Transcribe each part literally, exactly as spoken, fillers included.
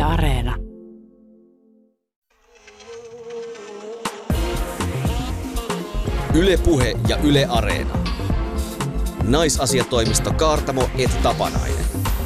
Areena. Yle Puhe ja Yle Areena. Naisasiatoimisto Kaartamo et Tapanainen.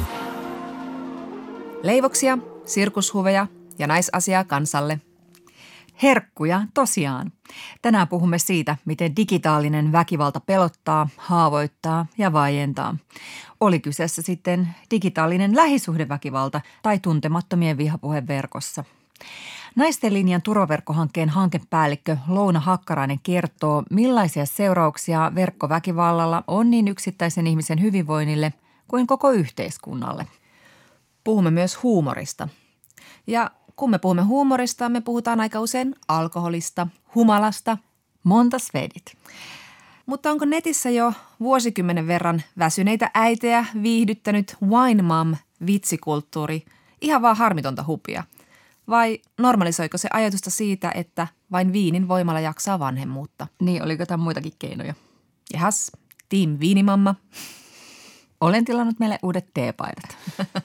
Leivoksia, sirkushuveja ja naisasiaa kansalle. Herkkuja tosiaan. Tänään puhumme siitä, miten digitaalinen väkivalta pelottaa, haavoittaa ja vaientaa. Oli kyseessä sitten digitaalinen lähisuhdeväkivalta tai tuntemattomien vihapuhe verkossa. Naisten linjan turvaverkkohankkeen hankepäällikkö Louna Hakkarainen kertoo, millaisia seurauksia verkkoväkivallalla on niin yksittäisen ihmisen hyvinvoinnille kuin koko yhteiskunnalle. Puhumme myös huumorista. Ja kun me puhumme huumorista, me puhutaan aika usein alkoholista, humalasta. Monta svedit. Mutta onko netissä jo vuosikymmenen verran väsyneitä äitejä viihdyttänyt wine mom vitsikulttuuri ihan vaan harmitonta hupia? Vai normalisoiko se ajatusta siitä, että vain viinin voimalla jaksaa vanhemmuutta? Niin, oliko jotain muitakin keinoja? Jahas, team viinimamma. Olen tilannut meille uudet teepaidat.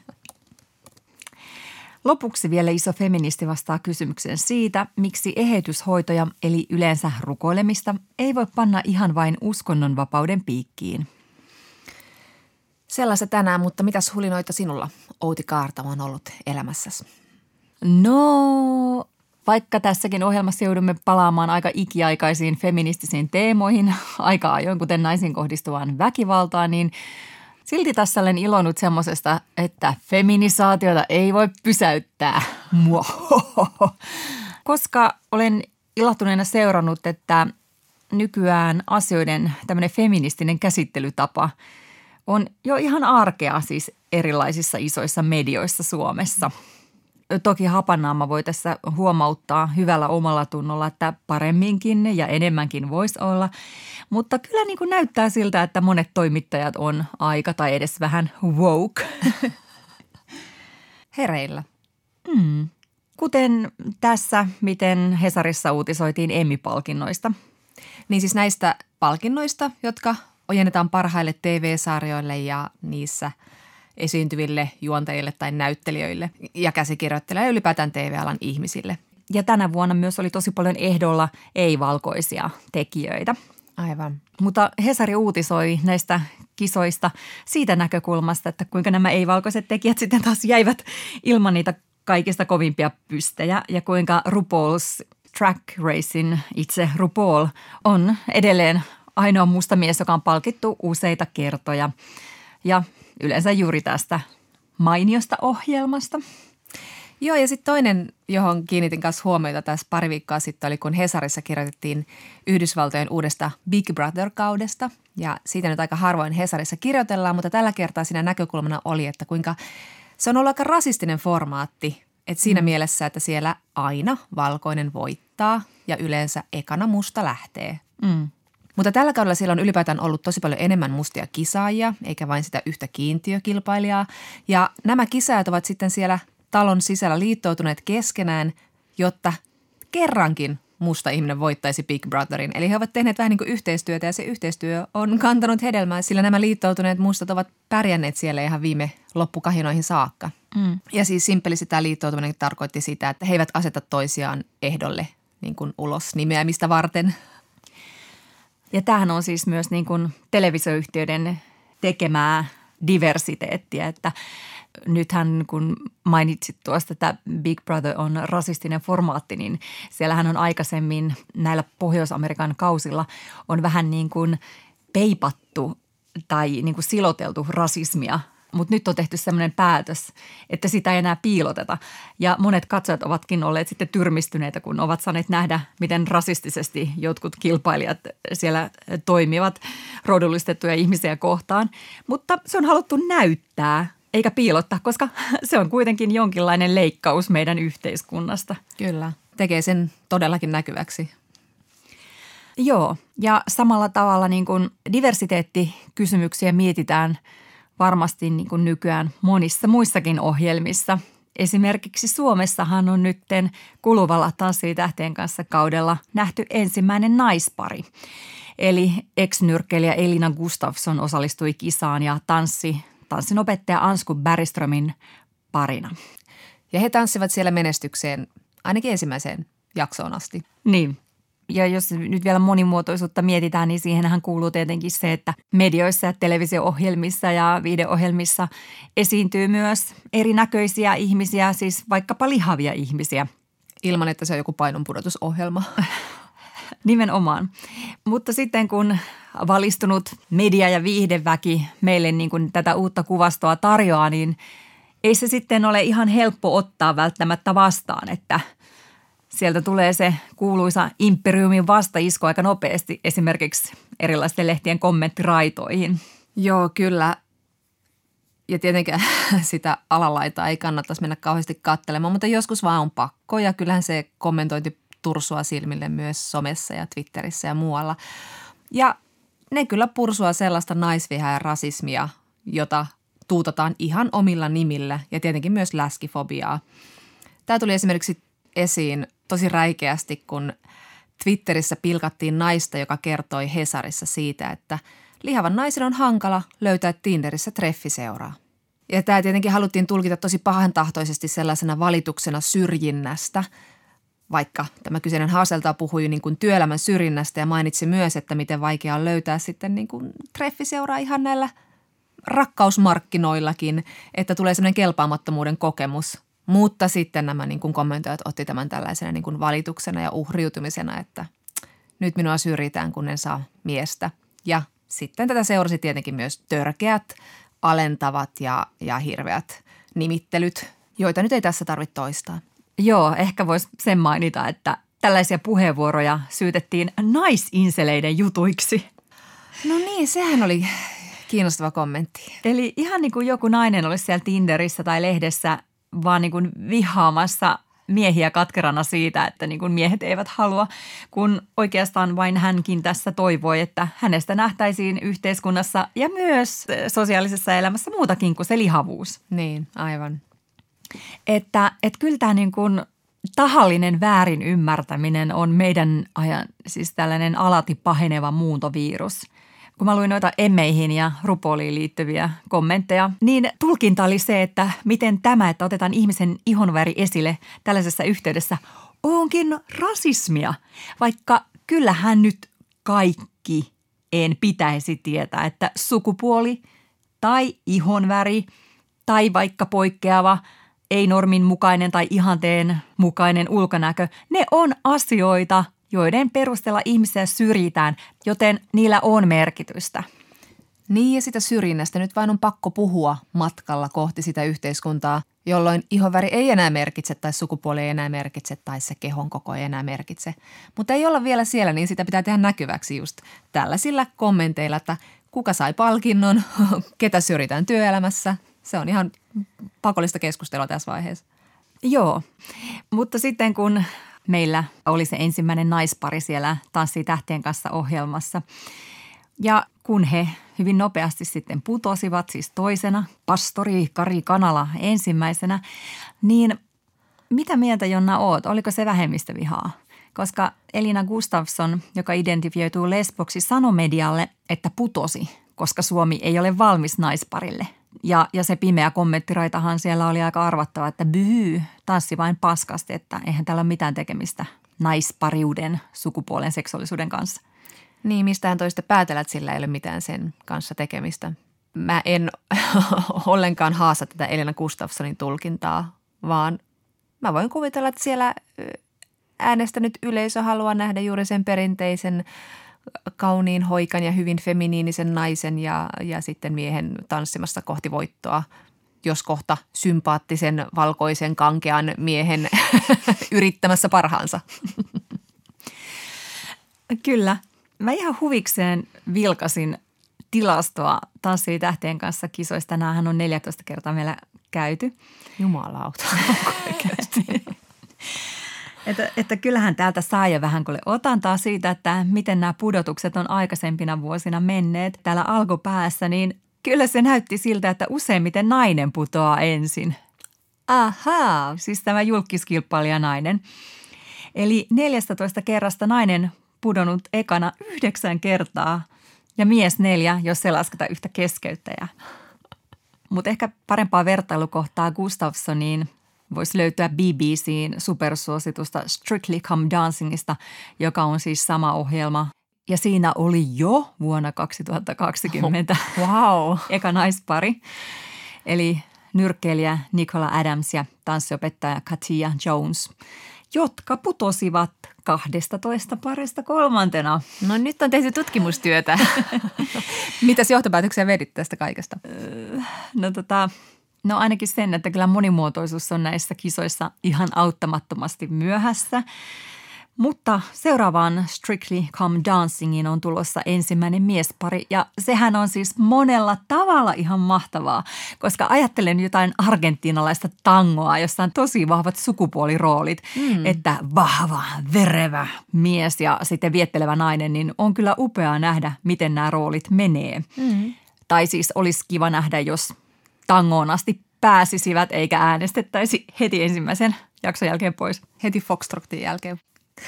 Lopuksi vielä iso feministi vastaa kysymykseen siitä, miksi eheytyshoitoja eli yleensä rukoilemista ei voi panna ihan vain uskonnonvapauden piikkiin. Sellaista tänään, mutta mitäs hulinoita sinulla, Outi Kaartamo, on ollut elämässäsi? No, vaikka tässäkin ohjelmassa joudumme palaamaan aika ikiaikaisiin feministisiin teemoihin aika ajoin, kuten naisiin kohdistuvaan väkivaltaan, niin silti tässä olen ilonnut semmosesta, että feminisaatiota ei voi pysäyttää. Koska olen ilahtuneena seurannut, että nykyään asioiden tämmöinen feministinen käsittelytapa on jo ihan arkea siis erilaisissa isoissa medioissa Suomessa. Toki Hapannaama voi tässä huomauttaa hyvällä omalla tunnolla, että paremminkin ja enemmänkin voisi olla. Mutta kyllä niin kuin näyttää siltä, että monet toimittajat on aika tai edes vähän woke. Hereillä. Mm. Kuten tässä, miten Hesarissa uutisoitiin Emmy-palkinnoista. Niin siis näistä palkinnoista, jotka ojennetaan parhaille T V-sarjoille ja niissä esiintyville juontajille tai näyttelijöille ja käsikirjoittelijoille ja ylipäätään T V-alan ihmisille. Ja tänä vuonna myös oli tosi paljon ehdolla ei-valkoisia tekijöitä. Aivan. Mutta Hesari uutisoi näistä kisoista siitä näkökulmasta, että kuinka nämä ei-valkoiset tekijät sitten taas jäivät ilman niitä kaikista kovimpia pystejä ja kuinka RuPaul's Drag Racing, itse RuPaul, on edelleen ainoa musta mies, joka on palkittu useita kertoja ja yleensä juuri tästä mainiosta ohjelmasta. Joo, ja sitten toinen, johon kiinnitin kanssa huomiota tässä pari viikkoa sitten, oli kun Hesarissa kirjoitettiin Yhdysvaltojen uudesta Big Brother-kaudesta. Ja siitä nyt aika harvoin Hesarissa kirjoitellaan, mutta tällä kertaa siinä näkökulmana oli, että kuinka se on ollut aika rasistinen formaatti. Että siinä mm. mielessä, että siellä aina valkoinen voittaa ja yleensä ekana musta lähtee. Mm. Mutta tällä kaudella siellä on ylipäätään ollut tosi paljon enemmän mustia kisaajia, eikä vain sitä yhtä kiintiökilpailijaa. Ja nämä kisaajat ovat sitten siellä talon sisällä liittoutuneet keskenään, jotta kerrankin musta ihminen voittaisi Big Brotherin. Eli he ovat tehneet vähän niin kuin yhteistyötä ja se yhteistyö on kantanut hedelmää, sillä nämä liittoutuneet mustat ovat pärjänneet siellä ihan viime loppukahinoihin saakka. Mm. Ja siis simppelisti tämä liittoutuminen tarkoitti sitä, että he eivät aseta toisiaan ehdolle niin kuin ulos nimeämistä varten. Ja tämähän on siis myös niin kuin televisioyhtiöiden tekemää diversiteettiä, että nythän kun mainitsit tuosta, että Big Brother on rasistinen formaatti, niin siellähän on aikaisemmin näillä Pohjois-Amerikan kausilla on vähän niin kuin peipattu tai niin kuin siloteltu rasismia. Mutta nyt on tehty sellainen päätös, että sitä ei enää piiloteta. Ja monet katsojat ovatkin olleet sitten tyrmistyneitä, kun ovat saaneet nähdä, miten rasistisesti jotkut kilpailijat siellä toimivat rodullistettuja ihmisiä kohtaan. Mutta se on haluttu näyttää eikä piilottaa, koska se on kuitenkin jonkinlainen leikkaus meidän yhteiskunnasta. Kyllä, tekee sen todellakin näkyväksi. Joo, ja samalla tavalla niin kuin diversiteettikysymyksiä mietitään varmasti niin kuin nykyään monissa muissakin ohjelmissa. Esimerkiksi Suomessahan on nytten kuluvalla Tanssii tähtien kanssa kaudella nähty ensimmäinen naispari. Eli ex-nyrkkeilijä Elina Gustafsson osallistui kisaan ja tanssi tanssinopettaja Ansku Bergströmin parina. Ja he tanssivat siellä menestykseen ainakin ensimmäiseen jaksoon asti. Niin. Ja jos nyt vielä monimuotoisuutta mietitään, niin siihenhän kuuluu tietenkin se, että medioissa ja televisio-ohjelmissa ja videoohjelmissa esiintyy myös erinäköisiä ihmisiä, siis vaikkapa lihavia ihmisiä. Ilman, että se on joku painonpudotusohjelma. Nimenomaan. Mutta sitten kun valistunut media- ja viihdeväki meille niin kuin tätä uutta kuvastoa tarjoaa, niin ei se sitten ole ihan helppo ottaa välttämättä vastaan, että sieltä tulee se kuuluisa imperiumin vastaisku aika nopeasti esimerkiksi erilaisten lehtien kommenttiraitoihin. Joo, kyllä. Ja tietenkään sitä alalaitaa ei kannattaisi mennä kauheasti katselemaan, mutta joskus vaan on pakko ja kyllähän se kommentointi tursua silmille myös somessa ja Twitterissä ja muualla. Ja ne kyllä pursua sellaista naisvihaa ja rasismia, jota tuutataan ihan omilla nimillä ja tietenkin myös läskifobiaa. Tämä tuli esimerkiksi esiin tosi räikeästi, kun Twitterissä pilkattiin naista, joka kertoi Hesarissa siitä, että lihavan naisen on hankala löytää Tinderissä treffiseuraa. Ja tämä tietenkin haluttiin tulkita tosi pahantahtoisesti sellaisena valituksena syrjinnästä, vaikka tämä kyseinen haaselta puhui niin kuin työelämän syrjinnästä ja mainitsi myös, että miten vaikea on löytää sitten niin kuin treffiseuraa ihan näillä rakkausmarkkinoillakin, että tulee sellainen kelpaamattomuuden kokemus. Mutta sitten nämä niin kuin kommentoijat otti tämän tällaisena niin kuin valituksena ja uhriutumisena, että nyt minua syrjitään, kun en saa miestä. Ja sitten tätä seurasi tietenkin myös törkeät, alentavat ja, ja hirveät nimittelyt, joita nyt ei tässä tarvitse toistaa. Joo, ehkä voisi sen mainita, että tällaisia puheenvuoroja syytettiin naisinseleiden jutuiksi. No niin, sehän oli kiinnostava kommentti. Eli ihan niin kuin joku nainen olisi siellä Tinderissä tai lehdessä vaan niin kuin vihaamassa miehiä katkerana siitä, että niin kuin miehet eivät halua, kun oikeastaan vain hänkin tässä toivoi, että hänestä nähtäisiin yhteiskunnassa ja myös sosiaalisessa elämässä muutakin kuin se lihavuus. Niin, aivan. Että, että kyllä tämä niin kuin tahallinen väärin ymmärtäminen on meidän ajan siis tällainen alati paheneva muuntovirus. Kun mä luin noita emmeihin ja RuPauliin liittyviä kommentteja, niin tulkinta oli se, että miten tämä, että otetaan ihmisen ihonväri esille tällaisessa yhteydessä, onkin rasismia. Vaikka kyllähän nyt kaikki en pitäisi tietää, että sukupuoli tai ihonväri tai vaikka poikkeava, ei normin mukainen tai ihanteen mukainen ulkonäkö, ne on asioita, joiden perusteella ihmisiä syrjitään, joten niillä on merkitystä. Niin ja sitä syrjinnästä nyt vain on pakko puhua matkalla kohti sitä yhteiskuntaa, jolloin ihonväri ei enää merkitse tai sukupuoli ei enää merkitse tai se kehon koko ei enää merkitse. Mutta ei olla vielä siellä, niin sitä pitää tehdä näkyväksi just tällaisilla kommenteilla, että kuka sai palkinnon, ketä syrjitään työelämässä. Se on ihan pakollista keskustelua tässä vaiheessa. Joo, mutta sitten kun meillä oli se ensimmäinen naispari siellä Tanssii tähtien kanssa -ohjelmassa ja kun he hyvin nopeasti sitten putosivat, siis toisena, pastori Kari Kanala ensimmäisenä, niin mitä mieltä Jonna oot? Oliko se vähemmistövihaa? Koska Elina Gustafsson, joka identifioituu lesboksi, sanoi medialle, että putosi, koska Suomi ei ole valmis naisparille. Ja, ja se pimeä kommenttiraitahan siellä oli aika arvattava, että byhy, tanssi vain paskasti, että eihän täällä ole mitään tekemistä naispariuden, sukupuolen, seksuaalisuuden kanssa. Niin, mistään toista päätellä, että sillä ei ole mitään sen kanssa tekemistä. Mä en ollenkaan haasta tätä Elina Gustafssonin tulkintaa, vaan mä voin kuvitella, että siellä äänestänyt yleisö haluaa nähdä juuri sen perinteisen kauniin, hoikan ja hyvin feminiinisen naisen ja, ja sitten miehen tanssimassa kohti voittoa, jos kohta sympaattisen, valkoisen, kankean miehen yrittämässä parhaansa. Kyllä. Mä ihan huvikseen vilkasin tilastoa Tanssii tähtien kanssa -kisoista. Tänäänhän on neljätoista kertaa meillä käyty. Jumalauta. Että, että kyllähän täältä saa jo vähän kuule otantaa siitä, että miten nämä pudotukset on aikaisempina vuosina menneet täällä alkupäässä, niin kyllä se näytti siltä, että useimmiten nainen putoaa ensin. Ahaa, siis tämä julkiskilpailija nainen. Eli neljästätoista kerrasta nainen pudonnut ekana yhdeksän kertaa ja mies neljä, jos se lasketa yhtä keskeyttäjää. Mutta ehkä parempaa vertailukohtaa Gustafssoniin voisi löytyä B B C:n supersuositusta Strictly Come Dancingista, joka on siis sama ohjelma. Ja siinä oli jo vuonna kaksituhattakaksikymmentä Oh, wow. eka naispari, eli nyrkkeilijä Nicola Adams ja tanssiopettaja Katia Jones, jotka putosivat kahdestatoista parista kolmantena. No nyt on tehty tutkimustyötä. Mitäs johtopäätöksiä vedit tästä kaikesta? No tota, no ainakin sen, että kyllä monimuotoisuus on näissä kisoissa ihan auttamattomasti myöhässä. Mutta seuraavaan Strictly Come Dancingiin on tulossa ensimmäinen miespari ja sehän on siis monella tavalla ihan mahtavaa, koska ajattelen jotain argentiinalaista tangoa, jossa on tosi vahvat sukupuoliroolit, mm. että vahva, verevä mies ja sitten viettelevä nainen, niin on kyllä upeaa nähdä, miten nämä roolit menee. Mm. Tai siis olisi kiva nähdä, jos tangoon asti pääsisivät eikä äänestettäisi heti ensimmäisen jakson jälkeen pois. Heti Foxtrotin jälkeen.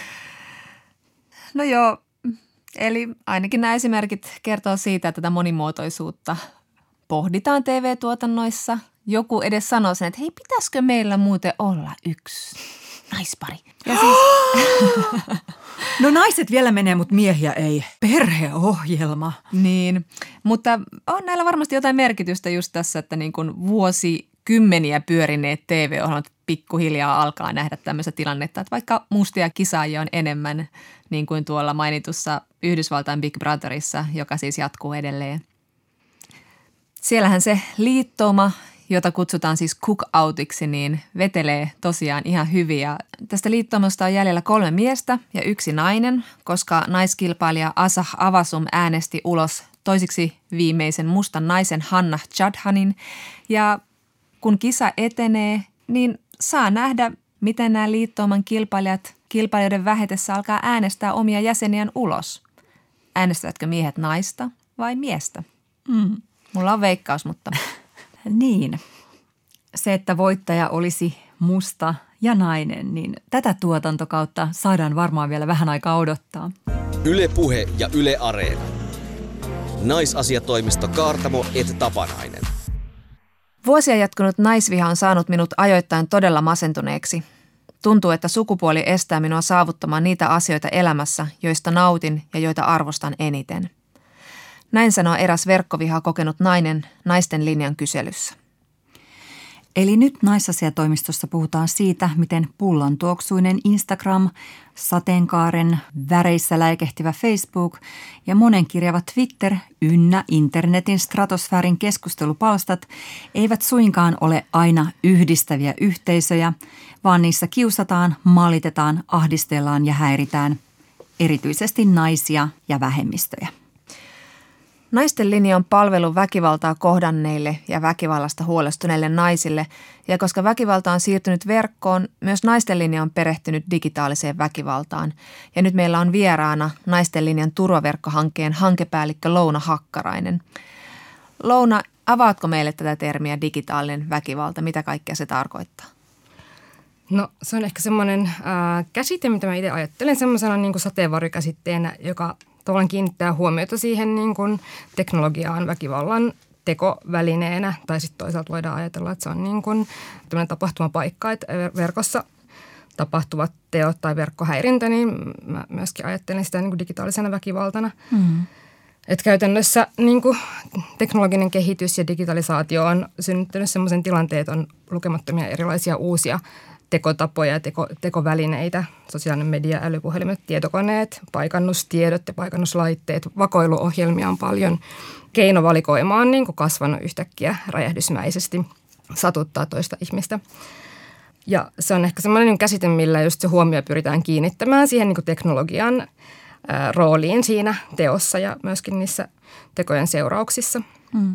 No joo, eli ainakin nämä esimerkit kertoo siitä, että tätä monimuotoisuutta pohditaan T V-tuotannoissa. Joku edes sanoo sen, että hei, pitäisikö meillä muuten olla yksi naispari? Ja siis, no naiset vielä menee, mutta miehiä ei. Perheohjelma. Niin, mutta on näillä varmasti jotain merkitystä just tässä, että niin kuin vuosikymmeniä pyörineet T V-ohjelmat pikkuhiljaa alkaa nähdä tämmöistä tilannetta, että vaikka mustia kisaajia on enemmän, niin kuin tuolla mainitussa Yhdysvaltain Big Brotherissa, joka siis jatkuu edelleen. Siellähän se liittouma, jota kutsutaan siis cookoutiksi, niin vetelee tosiaan ihan hyvin. Ja tästä liittoumasta on jäljellä kolme miestä ja yksi nainen, koska naiskilpailija Asah Avasum äänesti ulos toisiksi viimeisen mustan naisen Hannah Chadhanin. Ja kun kisa etenee, niin saa nähdä, miten nämä liittouman kilpailijat kilpailijoiden vähetessä alkaa äänestää omia jäseniään ulos. Äänestävätkö miehet naista vai miestä? Mm. Mulla on veikkaus, mutta... Niin. Se, että voittaja olisi musta ja nainen, niin tätä tuotantokautta saadaan varmaan vielä vähän aikaa odottaa. Yle Puhe ja Yle Areena. Naisasiatoimisto Kaartamo et Tapanainen. Vuosia jatkunut naisviha on saanut minut ajoittain todella masentuneeksi. Tuntuu, että sukupuoli estää minua saavuttamaan niitä asioita elämässä, joista nautin ja joita arvostan eniten. Näin sanoo eräs verkkovihaa kokenut nainen Naisten linjan kyselyssä. Eli nyt naisasiatoimistossa puhutaan siitä, miten pullantuoksuinen Instagram, sateenkaaren väreissä läikehtivä Facebook ja monenkirjava Twitter ynnä internetin stratosfäärin keskustelupalstat eivät suinkaan ole aina yhdistäviä yhteisöjä, vaan niissä kiusataan, maalitetaan, ahdistellaan ja häiritään, erityisesti naisia ja vähemmistöjä. Naisten linja on palvelu väkivaltaa kohdanneille ja väkivallasta huolestuneille naisille, ja koska väkivalta on siirtynyt verkkoon, myös Naisten linja on perehtynyt digitaaliseen väkivaltaan. Ja nyt meillä on vieraana Naisten linjan turvaverkkohankkeen hankepäällikkö Louna Hakkarainen. Louna, avaatko meille tätä termiä digitaalinen väkivalta? Mitä kaikkea se tarkoittaa? No se on ehkä semmoinen äh, käsite, mitä mä itse ajattelen semmoisena niin kuin sateenvarjokäsitteenä, joka tavallaan kiinnittää huomiota siihen niin kuin teknologiaan väkivallan tekovälineenä. Tai sitten toisaalta voidaan ajatella, että se on niin kuin tämmöinen tapahtumapaikka, että verkossa tapahtuvat teot tai verkkohäirintä, niin mä myöskin ajattelen sitä niin kuin digitaalisena väkivaltana. Mm. Että käytännössä niin kuin teknologinen kehitys ja digitalisaatio on synnyttänyt semmoisen tilanteen, että on lukemattomia erilaisia uusia tekotapoja ja teko, tekovälineitä, sosiaalinen media, älypuhelimet, tietokoneet, paikannustiedot ja paikannuslaitteet, vakoiluohjelmia on paljon. Keinovalikoima on niin kuin kasvanut yhtäkkiä räjähdysmäisesti satuttaa toista ihmistä. Ja se on ehkä semmoinen käsite, millä just se huomio pyritään kiinnittämään siihen niin kuin teknologian ää, rooliin siinä teossa ja myöskin niissä tekojen seurauksissa. Hmm.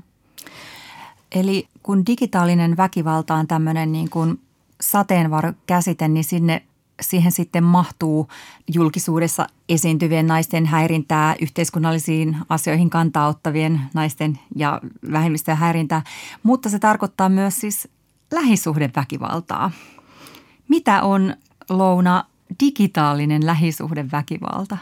Eli kun digitaalinen väkivalta on tämmöinen niin kuin sateenvarjokäsite, niin sinne, siihen sitten mahtuu julkisuudessa esiintyvien naisten häirintää, yhteiskunnallisiin asioihin kantaa ottavien naisten ja vähemmistöjen häirintää, mutta se tarkoittaa myös siis lähisuhdeväkivaltaa. Mitä on, Louna, digitaalinen lähisuhdeväkivalta?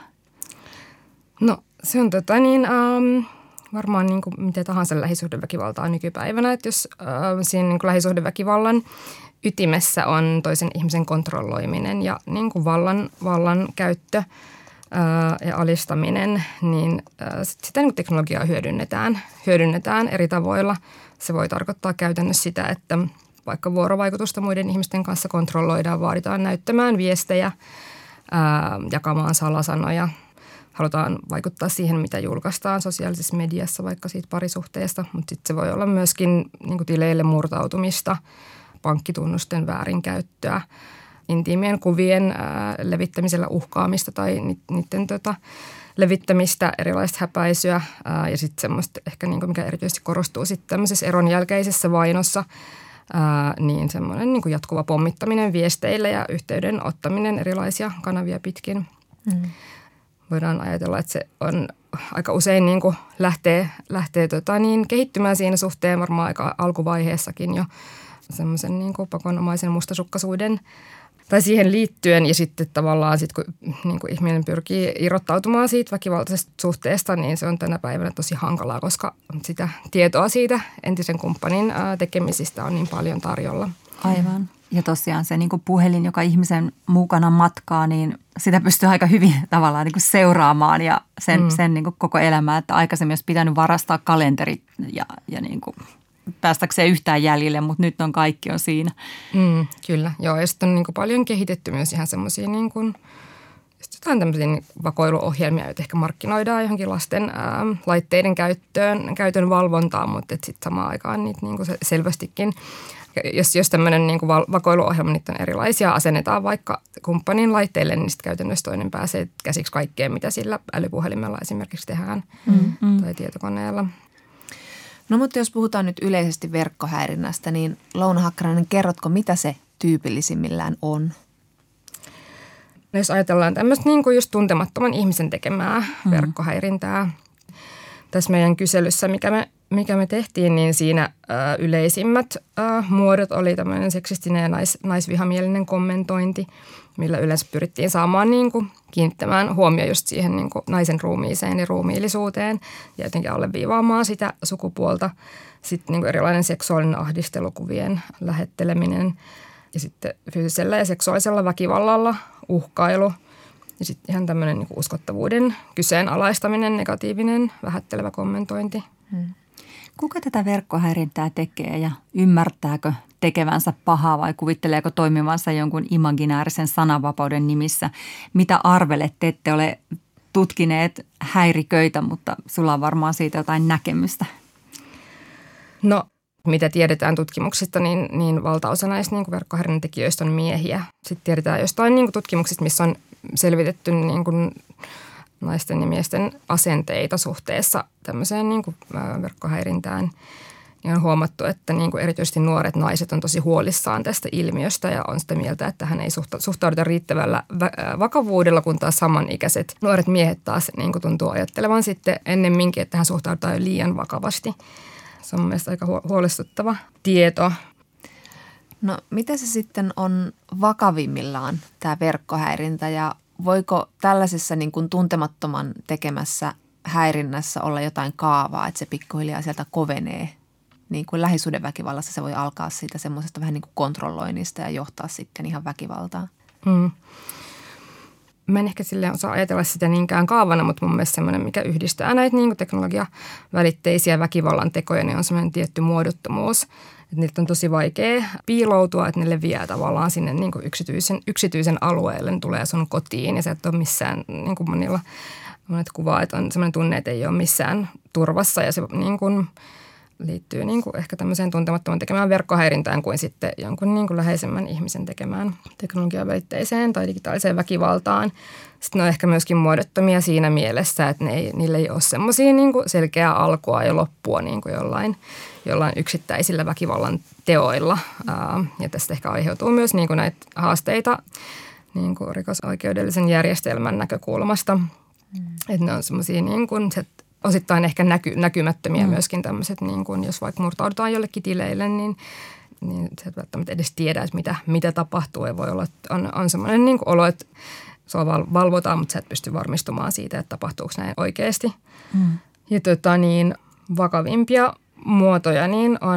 No se on tota niin... Um... Varmaan niin kuin mitä tahansa lähisuhdeväkivaltaa nykypäivänä, että jos äh, siinä niin kuin lähisuhdeväkivallan ytimessä on toisen ihmisen kontrolloiminen ja niin kuin vallan, vallan käyttö ää, ja alistaminen, niin ää, sitä niin kuin teknologiaa hyödynnetään, hyödynnetään eri tavoilla. Se voi tarkoittaa käytännössä sitä, että vaikka vuorovaikutusta muiden ihmisten kanssa kontrolloidaan, vaaditaan näyttämään viestejä, ää, jakamaan salasanoja. Halutaan vaikuttaa siihen, mitä julkaistaan sosiaalisessa mediassa, vaikka siitä parisuhteesta, mutta sitten se voi olla myöskin niin kuin tileille murtautumista, pankkitunnusten väärinkäyttöä, intiimien kuvien ää, levittämisellä uhkaamista tai ni, niiden tota, levittämistä, erilaista häpäisyä ää, ja sitten semmoista ehkä, niin kuin mikä erityisesti korostuu sitten tämmöisessä eron jälkeisessä vainossa, ää, niin semmoinen niin kuin jatkuva pommittaminen viesteillä ja yhteyden ottaminen erilaisia kanavia pitkin. Mm. Voidaan ajatella, että se on aika usein niin kuin lähtee, lähtee tota niin, kehittymään siinä suhteen varmaan aika alkuvaiheessakin jo semmoisen niin kuin pakonomaisen mustasukkaisuuden tai siihen liittyen. Ja sitten tavallaan sit, kun niin kuin ihminen pyrkii irrottautumaan siitä väkivaltaisesta suhteesta, niin se on tänä päivänä tosi hankalaa, koska sitä tietoa siitä entisen kumppanin tekemisistä on niin paljon tarjolla. Aivan. Ja tosiaan se niin kuin puhelin, joka ihmisen mukana matkaa, niin sitä pystyy aika hyvin tavallaan niin kuin seuraamaan ja sen, mm. sen niin kuin koko elämää. Että aikaisemmin olisi pitänyt varastaa kalenterit ja, ja niin kuin päästäkseen yhtään jäljille, mutta nyt on kaikki on siinä. Mm, kyllä, joo. Ja sitten on niin kuin paljon kehitetty myös ihan semmoisia niin kuin, jotain tämmöisiä vakoiluohjelmia, joita ehkä markkinoidaan johonkin lasten ää, laitteiden käyttöön, käytön valvontaan, mutta sitten samaan aikaan niitä niin kuin selvästikin. Jos, jos tämmöinen niin kuin vakoiluohjelma, niitä on erilaisia, asennetaan vaikka kumppanin laitteille, niin sitten käytännössä toinen pääsee käsiksi kaikkeen, mitä sillä älypuhelimella esimerkiksi tehdään mm-hmm. tai tietokoneella. No mutta jos puhutaan nyt yleisesti verkkohäirinnästä, niin Louna Hakkarainen, kerrotko, mitä se tyypillisimmillään on? No jos ajatellaan tämmöistä niin kuin just tuntemattoman ihmisen tekemää mm-hmm. verkkohäirintää, tässä meidän kyselyssä, mikä me, mikä me tehtiin, niin siinä ö, yleisimmät ö, muodot oli tämmöinen seksistinen ja nais, naisvihamielinen kommentointi, millä yleensä pyrittiin saamaan niin kuin, kiinnittämään huomio just siihen niin kuin naisen ruumiiseen ja ruumiillisuuteen ja jotenkin alleviivaamaan sitä sukupuolta. Sitten niin kuin erilainen seksuaalinen ahdistelukuvien lähetteleminen ja sitten fyysisellä ja seksuaalisella väkivallalla uhkailu. Ja sitten ihan tämmöinen niin kuin uskottavuuden kyseenalaistaminen, negatiivinen, vähättelevä kommentointi. Hmm. Kuka tätä verkkohäirintää tekee ja ymmärtääkö tekevänsä pahaa vai kuvitteleeko toimivansa jonkun imaginäärisen sananvapauden nimissä? Mitä arvelette, ette ole tutkineet häiriköitä, mutta sulla on varmaan siitä jotain näkemystä. No, mitä tiedetään tutkimuksista, niin, niin valtaosa näistä niin kuin verkkohäirinnän tekijöistä on miehiä. Sitten tiedetään jostain niin kuin tutkimuksista, missä on selvitetty niin kuin naisten ja miesten asenteita suhteessa tämmöiseen niin kuin verkkohäirintään. Ja on huomattu, että niin kuin erityisesti nuoret naiset on tosi huolissaan tästä ilmiöstä ja on sitä mieltä, että hän ei suhtauduta riittävällä vakavuudella, kun taas samanikäiset nuoret miehet taas niin kuin tuntuu ajattelevan sitten ennemminkin, että hän suhtaudutaan jo liian vakavasti. Se on mielestäni aika huolestuttava tieto. No mitä se sitten on vakavimmillaan tämä verkkohäirintä ja voiko tällaisessa niin kuin tuntemattoman tekemässä häirinnässä olla jotain kaavaa, että se pikkuhiljaa sieltä kovenee? Niin kuin lähisuhdeväkivallassa se voi alkaa siitä semmoisesta vähän niin kuin kontrolloinnista ja johtaa sitten ihan väkivaltaan. Mm. Mä en ehkä silleen osaa ajatella sitä niinkään kaavana, mutta mun mielestä semmoinen, mikä yhdistää näitä niin kuin teknologiavälitteisiä väkivallan tekoja, niin on semmoinen tietty muodottomuus. Että niiltä on tosi vaikea piiloutua, että ne leviää tavallaan sinne niin kuin yksityisen, yksityisen alueelle. Ne tulee sun kotiin ja sä et ole missään, niin kuin monilla monet kuvaa, että on semmoinen tunne, että ei ole missään turvassa ja se niin kuin liittyy niin kuin ehkä tämmöiseen tuntemattoman tekemään verkkohäirintään kuin sitten jonkun niin kuin läheisemmän ihmisen tekemään teknologiavälitteiseen tai digitaaliseen väkivaltaan. Sitten ne on ehkä myöskin muodottomia siinä mielessä, että ne ei, niillä ei ole semmoisia niin kuin selkeää alkua ja loppua niin kuin jollain, jollain yksittäisillä väkivallan teoilla. Ja tästä ehkä aiheutuu myös niin kuin näitä haasteita niin kuin rikosoikeudellisen järjestelmän näkökulmasta. Mm. Että ne on semmoisia niin kuin osittain ehkä näky, näkymättömiä mm. myöskin tämmöiset, niin kuin jos vaikka murtaudutaan jollekin tileille, niin, niin sä et välttämättä edes tiedä, että mitä, mitä tapahtuu. Ja voi olla, että on, on semmoinen niin kuin olo, että sua valvotaan, mutta sä et pysty varmistumaan siitä, että tapahtuuko näin oikeasti. Mm. Ja tota niin, vakavimpia muotoja niin on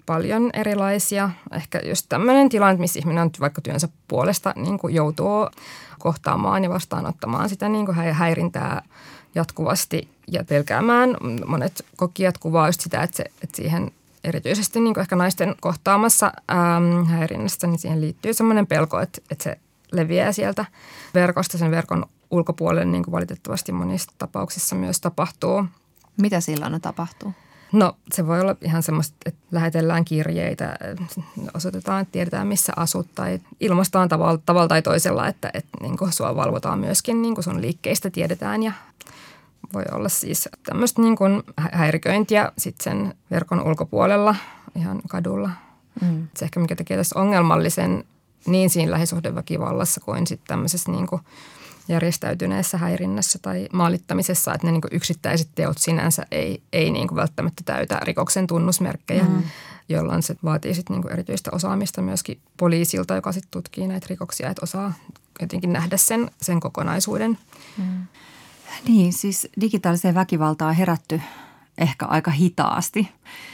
paljon erilaisia. Ehkä just tämmöinen tilanne, missä ihminen on vaikka työnsä puolesta niin kuin joutuu kohtaamaan ja vastaanottamaan sitä niin kuin häirintää jatkuvasti ja pelkäämään. Monet kokijat kuvaa just sitä, että, se, että siihen erityisesti niin kuin ehkä naisten kohtaamassa äm, häirinnässä, niin siihen liittyy semmoinen pelko, että, että se leviää sieltä verkosta sen verkon ulkopuolelle, niin kuin valitettavasti monissa tapauksissa myös tapahtuu. Mitä silloin tapahtuu? No se voi olla ihan semmoista, että lähetellään kirjeitä, osoitetaan, että tiedetään missä asut tai ilmaistaan tavalla, tavalla tai toisella, että, että niin kuin sua valvotaan myöskin, niin kuin sun liikkeistä tiedetään ja voi olla siis tämmöistä niin kuin häiriköintiä sitten sen verkon ulkopuolella ihan kadulla. Mm. Se ehkä mikä tekee tässä ongelmallisen niin siinä lähisuhdeväkivallassa kuin sitten tämmöisessä niin kuin järjestäytyneessä häirinnässä tai maalittamisessa, että ne niin kuin yksittäiset teot sinänsä ei, ei niin kuin välttämättä täytä rikoksen tunnusmerkkejä, mm. jolloin se vaatii sitten niin kuin erityistä osaamista myöskin poliisilta, joka sitten tutkii näitä rikoksia, että osaa jotenkin nähdä sen, sen kokonaisuuden. Mm. Niin, siis digitaaliseen väkivaltaan on herätty ehkä aika hitaasti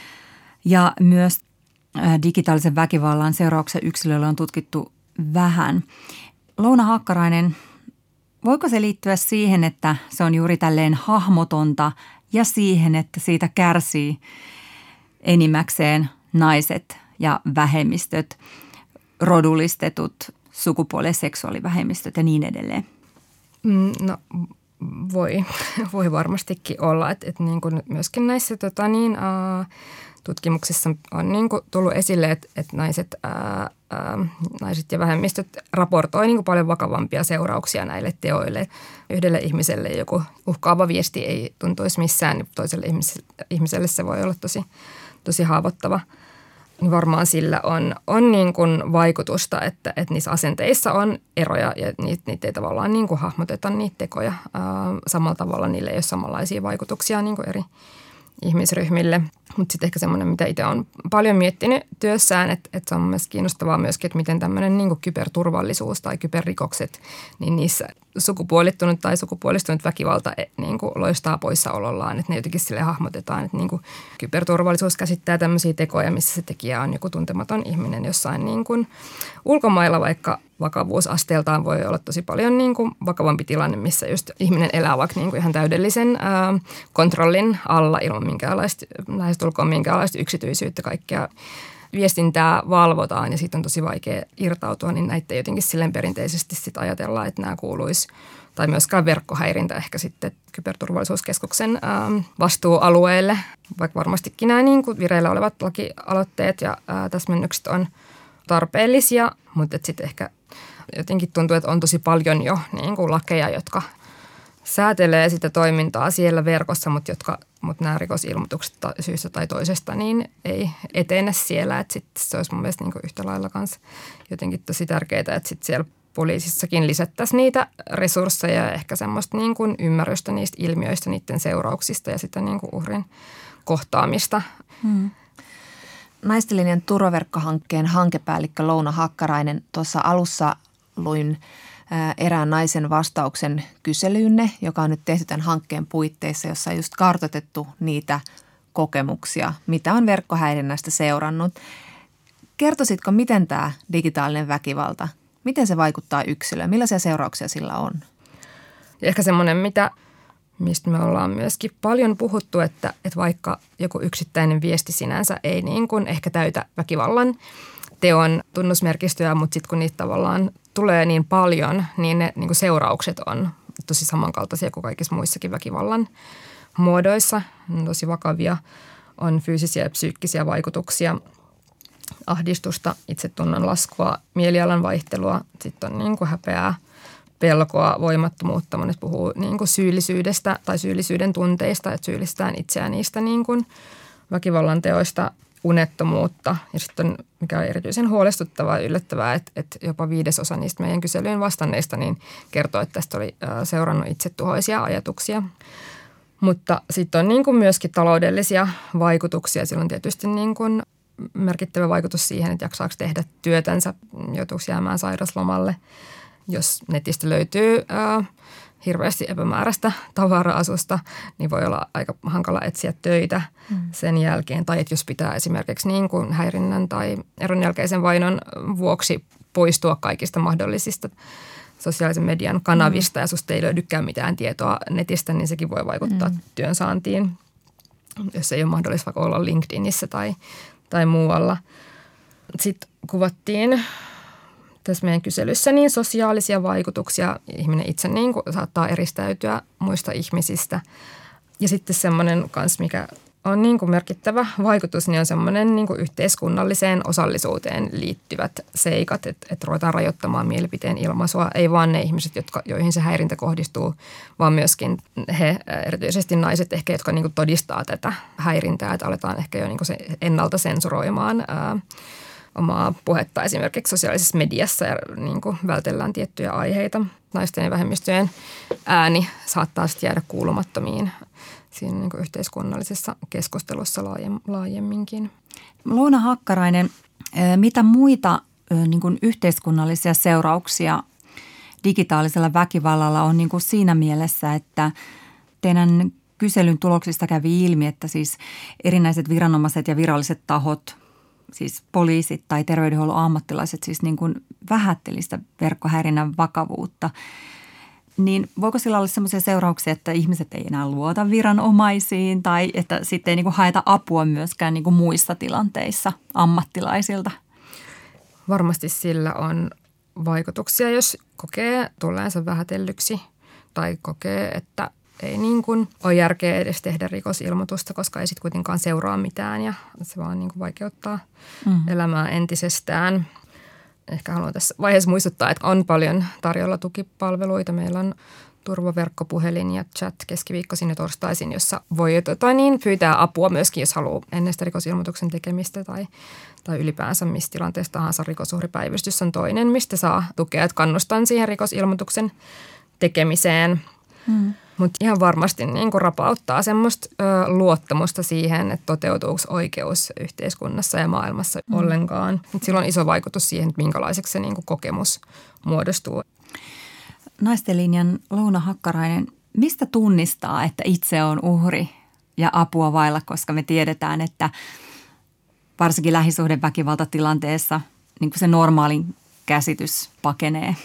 ja myös digitaalisen väkivallan seurauksia yksilöillä on tutkittu vähän. Louna Hakkarainen, voiko se liittyä siihen, että se on juuri tälleen hahmotonta ja siihen, että siitä kärsii enimmäkseen naiset ja vähemmistöt, rodullistetut, sukupuoli- ja seksuaalivähemmistöt ja niin edelleen? No voi, voi varmastikin olla, että, että niin kuin myöskin näissä tota niin, uh, tutkimuksissa on niin kuin tullut esille, että, että naiset, ää, ää, naiset ja vähemmistöt raportoi niin kuin paljon vakavampia seurauksia näille teoille. Yhdelle ihmiselle joku uhkaava viesti ei tuntuisi missään, niin toiselle ihmiselle se voi olla tosi, tosi haavoittava. Niin varmaan sillä on, on niin kuin vaikutusta, että, että niissä asenteissa on eroja ja niitä, niitä ei tavallaan niin kuin hahmoteta niitä tekoja. Ää, samalla tavalla niille ei ole samanlaisia vaikutuksia niin kuin eri ihmisryhmille. Mutta sitten ehkä semmoinen, mitä itse olen paljon miettinyt työssään, että, että se on mielestäni kiinnostavaa myöskin, että miten tämmöinen niin kuin kyberturvallisuus tai kyberrikokset, niin niissä sukupuolittunut tai sukupuolistunut väkivalta niin kuin loistaa poissaolollaan. Että ne jotenkin sille hahmotetaan, että niin kuin kyberturvallisuus käsittää tämmöisiä tekoja, missä se tekijä on joku tuntematon ihminen jossain niin kuin ulkomailla, vaikka vakavuusasteeltaan voi olla tosi paljon niin kuin vakavampi tilanne, missä just ihminen elää vaikka niin kuin ihan täydellisen ää, kontrollin alla ilman minkäänlaista, lähestulkoon minkäänlaista yksityisyyttä, kaikkea viestintää valvotaan ja siitä on tosi vaikea irtautua, niin näitä ei jotenkin silleen perinteisesti sit ajatellaan, että nämä kuuluisi, tai myöskään verkkohäirintä ehkä sitten Kyberturvallisuuskeskuksen ää, vastuualueelle, vaikka varmastikin nämä niin kuin vireillä olevat lakialoitteet ja ää, täsmennykset on tarpeellisia, mutta sitten ehkä jotenkin tuntuu, että on tosi paljon jo niin kuin lakeja, jotka säätelee sitä toimintaa siellä verkossa, mutta, jotka, mutta nämä rikosilmoitukset syystä tai toisesta niin ei etene siellä. Että sit se olisi mun mielestä niin kuin yhtä lailla kanssa jotenkin tosi tärkeää, että sit siellä poliisissakin lisättäisiin niitä resursseja ja ehkä semmoista niin kuin ymmärrystä niistä ilmiöistä, niiden seurauksista ja sitä niin kuin uhrin kohtaamista. Hmm. Naistenlinjan turvaverkkohankkeen hankepäällikkö Louna Hakkarainen, tuossa alussa luin erään naisen vastauksen kyselyynne, joka on nyt tehty tämän hankkeen puitteissa, jossa on just kartoitettu niitä kokemuksia, mitä on verkkohäirinnästä seurannut. Kertoisitko, miten tämä digitaalinen väkivalta, miten se vaikuttaa yksilöön, millaisia seurauksia sillä on? Ja ehkä semmoinen, mitä, mistä me ollaan myöskin paljon puhuttu, että, että vaikka joku yksittäinen viesti sinänsä ei niin kuin ehkä täytä väkivallan teon tunnusmerkistöjä, mutta sitten kun niitä tavallaan tulee niin paljon, niin ne niin kuin seuraukset on tosi samankaltaisia kuin kaikissa muissakin väkivallan muodoissa. On tosi vakavia, on fyysisiä ja psyykkisiä vaikutuksia, ahdistusta, itsetunnon laskua, mielialan vaihtelua, sitten on niin kuin häpeää, pelkoa, voimattomuutta. Monet puhuu niin kuin syyllisyydestä tai syyllisyyden tunteista, että syyllistään itseään niistä niin kuin väkivallan teoista, unettomuutta. Ja sitten on, mikä on erityisen huolestuttavaa ja yllättävää, että, että jopa viidesosa niistä meidän kyselyyn vastanneista niin kertoo, että tästä oli seurannut itsetuhoisia ajatuksia. Mutta sitten on niin kuin myöskin taloudellisia vaikutuksia. Sillä on tietysti niin kuin merkittävä vaikutus siihen, että jaksaako tehdä työtänsä, joutuuko jäämään sairaslomalle. Jos netistä löytyy ää, hirveästi epämääräistä tavara-asusta, niin voi olla aika hankala etsiä töitä mm. sen jälkeen. Tai että jos pitää esimerkiksi niin kuin häirinnän tai eron jälkeisen vainon vuoksi poistua kaikista mahdollisista sosiaalisen median kanavista mm. ja susta ei löydykään mitään tietoa netistä, niin sekin voi vaikuttaa mm. työn saantiin, jos ei ole mahdollista vaikka olla LinkedInissä tai, tai muualla. Sitten kuvattiin tässä meidän kyselyssä niin sosiaalisia vaikutuksia. Ihminen itse niin kuin saattaa eristäytyä muista ihmisistä. Ja sitten semmoinen kanssa, mikä on niin kuin merkittävä vaikutus, niin on semmoinen niin kuin yhteiskunnalliseen osallisuuteen liittyvät seikat, että, että ruvetaan rajoittamaan mielipiteen ilmaisua. Ei vaan ne ihmiset, jotka, joihin se häirintä kohdistuu, vaan myöskin he, erityisesti naiset ehkä, jotka niin kuin todistaa tätä häirintää, että aletaan ehkä jo niin kuin se ennalta sensuroimaan ää, omaa puhetta esimerkiksi sosiaalisessa mediassa ja niin kuin vältellään tiettyjä aiheita. Naisten ja vähemmistöjen ääni saattaa sitten jäädä kuulumattomiin siinä niin kuin yhteiskunnallisessa keskustelussa laajemminkin. Loona Hakkarainen, mitä muita niin kuin yhteiskunnallisia seurauksia digitaalisella väkivallalla on niin kuin siinä mielessä, että teidän kyselyn tuloksista kävi ilmi, että siis erinäiset viranomaiset ja viralliset tahot, siis poliisit tai terveydenhuollon ammattilaiset siis niin kuin vähättelistä verkkohäirinnän vakavuutta. Niin voiko sillä olla sellaisia seurauksia, että ihmiset ei enää luota viranomaisiin tai että sitten ei niin kuin haeta apua myöskään niin kuin muissa tilanteissa ammattilaisilta? Varmasti sillä on vaikutuksia, jos kokee tulleensa vähätellyksi tai kokee, että ei niin kuin ole järkeä edes tehdä rikosilmoitusta, koska ei sitten kuitenkaan seuraa mitään ja se vaan niin kuin vaikeuttaa mm. elämää entisestään. Ehkä haluan tässä vaiheessa muistuttaa, että on paljon tarjolla tukipalveluita. Meillä on turvaverkkopuhelin ja chat keskiviikkoisin ja torstaisin, jossa voi tota, niin, pyytää apua myöskin, jos haluaa ennen sitä rikosilmoituksen tekemistä tai, tai ylipäänsä missä tilanteessa tahansa. Rikosuhripäivystys on toinen, mistä saa tukea. Että kannustan siihen rikosilmoituksen tekemiseen. Hmm. Mutta ihan varmasti niin kuin rapauttaa semmoista ö, luottamusta siihen, että toteutuuko oikeus yhteiskunnassa ja maailmassa mm. ollenkaan. Et sillä on iso vaikutus siihen, että minkälaiseksi se niin kuin kokemus muodostuu. Naisten linjan Loona Hakkarainen, mistä tunnistaa, että itse on uhri ja apua vailla, koska me tiedetään, että varsinkin lähisuhdeväkivaltatilanteessa niin kuin se normaalin käsitys pakenee?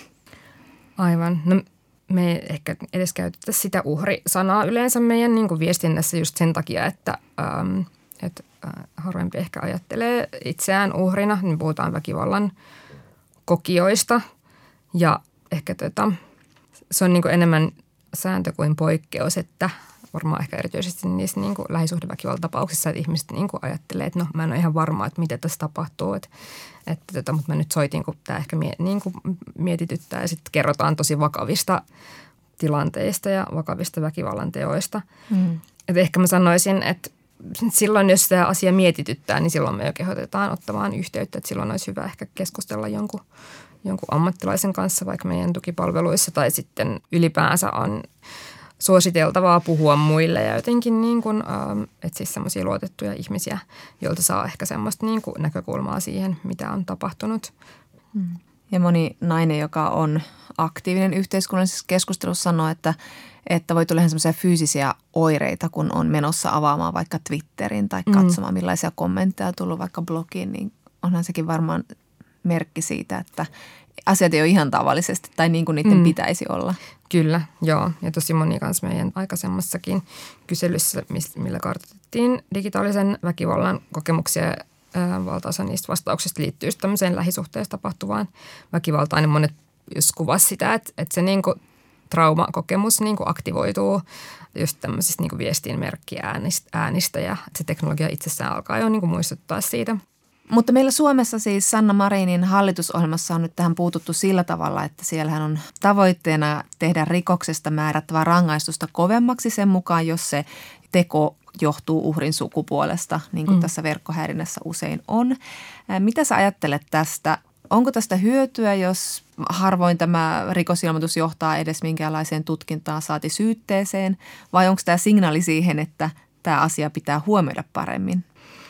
Aivan. No, me ei ehkä edes käytetä sitä uhri-sanaa yleensä meidän niin kuin viestinnässä just sen takia, että, ähm, että äh, harvempi ehkä ajattelee itseään uhrina. Me puhutaan väkivallan kokijoista ja ehkä tota, se on niin kuin enemmän sääntö kuin poikkeus, että varmaan ehkä erityisesti niissä niin kuin lähisuhdeväkivaltatapauksissa, että ihmiset niin kuin ajattelee, että no mä en ole ihan varma, että mitä tässä tapahtuu, että, että tota, mutta mä nyt soitin, kun tämä ehkä mie, niin kuin mietityttää ja sitten kerrotaan tosi vakavista tilanteista ja vakavista väkivallan teoista. Mm. Että ehkä mä sanoisin, että silloin, jos tämä asia mietityttää, niin silloin me jo kehotetaan ottamaan yhteyttä, että silloin olisi hyvä ehkä keskustella jonkun, jonkun ammattilaisen kanssa vaikka meidän tukipalveluissa tai sitten ylipäänsä on suositeltavaa puhua muille ja jotenkin niin kuin, ähm, etsiä semmoisia luotettuja ihmisiä, joilta saa ehkä semmoista niin kuin näkökulmaa siihen, mitä on tapahtunut. Ja moni nainen, joka on aktiivinen yhteiskunnallisessa keskustelussa, sanoo, että, että voi tulla ihan semmoisia fyysisiä oireita, kun on menossa avaamaan vaikka Twitterin tai katsomaan, millaisia kommentteja on tullut vaikka blogiin, niin onhan sekin varmaan merkki siitä, että asiat ei ole ihan tavallisesti tai niin kuin niiden mm. pitäisi olla. Kyllä, joo. Ja tosi moni kanssa meidän aikaisemmassakin kyselyssä, millä kartoitettiin digitaalisen väkivallan kokemuksia, valtaosa niistä vastauksista liittyy tämmöiseen lähisuhteessa tapahtuvaan väkivaltaan. Niin monet just kuvasi sitä, että, että se niin kuin traumakokemus niin kuin aktivoituu just tämmöisistä niin kuin viestinmerkkiäänistä ja se teknologia itsessään alkaa jo niin kuin muistuttaa siitä. Mutta meillä Suomessa siis Sanna Marinin hallitusohjelmassa on nyt tähän puututtu sillä tavalla, että siellähän on tavoitteena tehdä rikoksesta määrättävää rangaistusta kovemmaksi sen mukaan, jos se teko johtuu uhrin sukupuolesta, niin kuin mm. tässä verkkohäirinnässä usein on. Mitä sä ajattelet tästä? Onko tästä hyötyä, jos harvoin tämä rikosilmoitus johtaa edes minkäänlaiseen tutkintaan saati syytteeseen, vai onko tämä signaali siihen, että tämä asia pitää huomioida paremmin?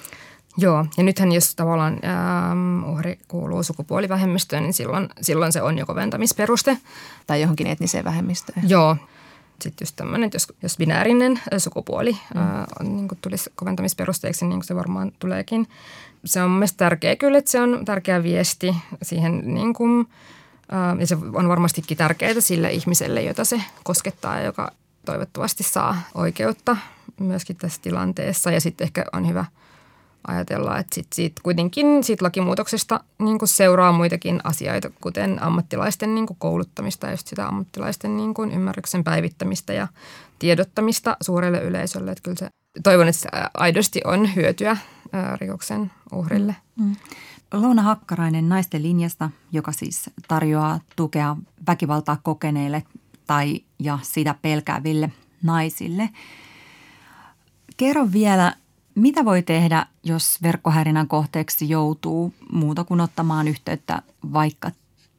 Joo, ja nythän jos tavallaan ähm, uhri kuuluu sukupuolivähemmistöön, niin silloin, silloin se on jo koventamisperuste. Tai johonkin etniseen vähemmistöön. Joo. Sitten just tämmöinen, että jos, jos binäärinen sukupuoli mm. ää, on, niin kuin tulisi koventamisperusteeksi, niin kuin se varmaan tuleekin. Se on mielestäni tärkeä kyllä, että se on tärkeä viesti siihen, niin kuin, ää, ja se on varmastikin tärkeää sille ihmiselle, jota se koskettaa ja joka toivottavasti saa oikeutta myöskin tässä tilanteessa. Ja sitten ehkä on hyvä ajatella, että sit siitä kuitenkin siitä lakimuutoksesta niin kuin seuraa muitakin asioita, kuten ammattilaisten niin kuin kouluttamista ja just sitä ammattilaisten niin kuin ymmärryksen päivittämistä ja tiedottamista suurelle yleisölle. Että kyllä se, toivon, että se aidosti on hyötyä ää, rikoksen uhrille. Mm. Louna Hakkarainen Naisten linjasta, joka siis tarjoaa tukea väkivaltaa kokeneille tai ja sitä pelkääville naisille. Kerro vielä, mitä voi tehdä, jos verkkohäirinnän kohteeksi joutuu muuta kuin ottamaan yhteyttä vaikka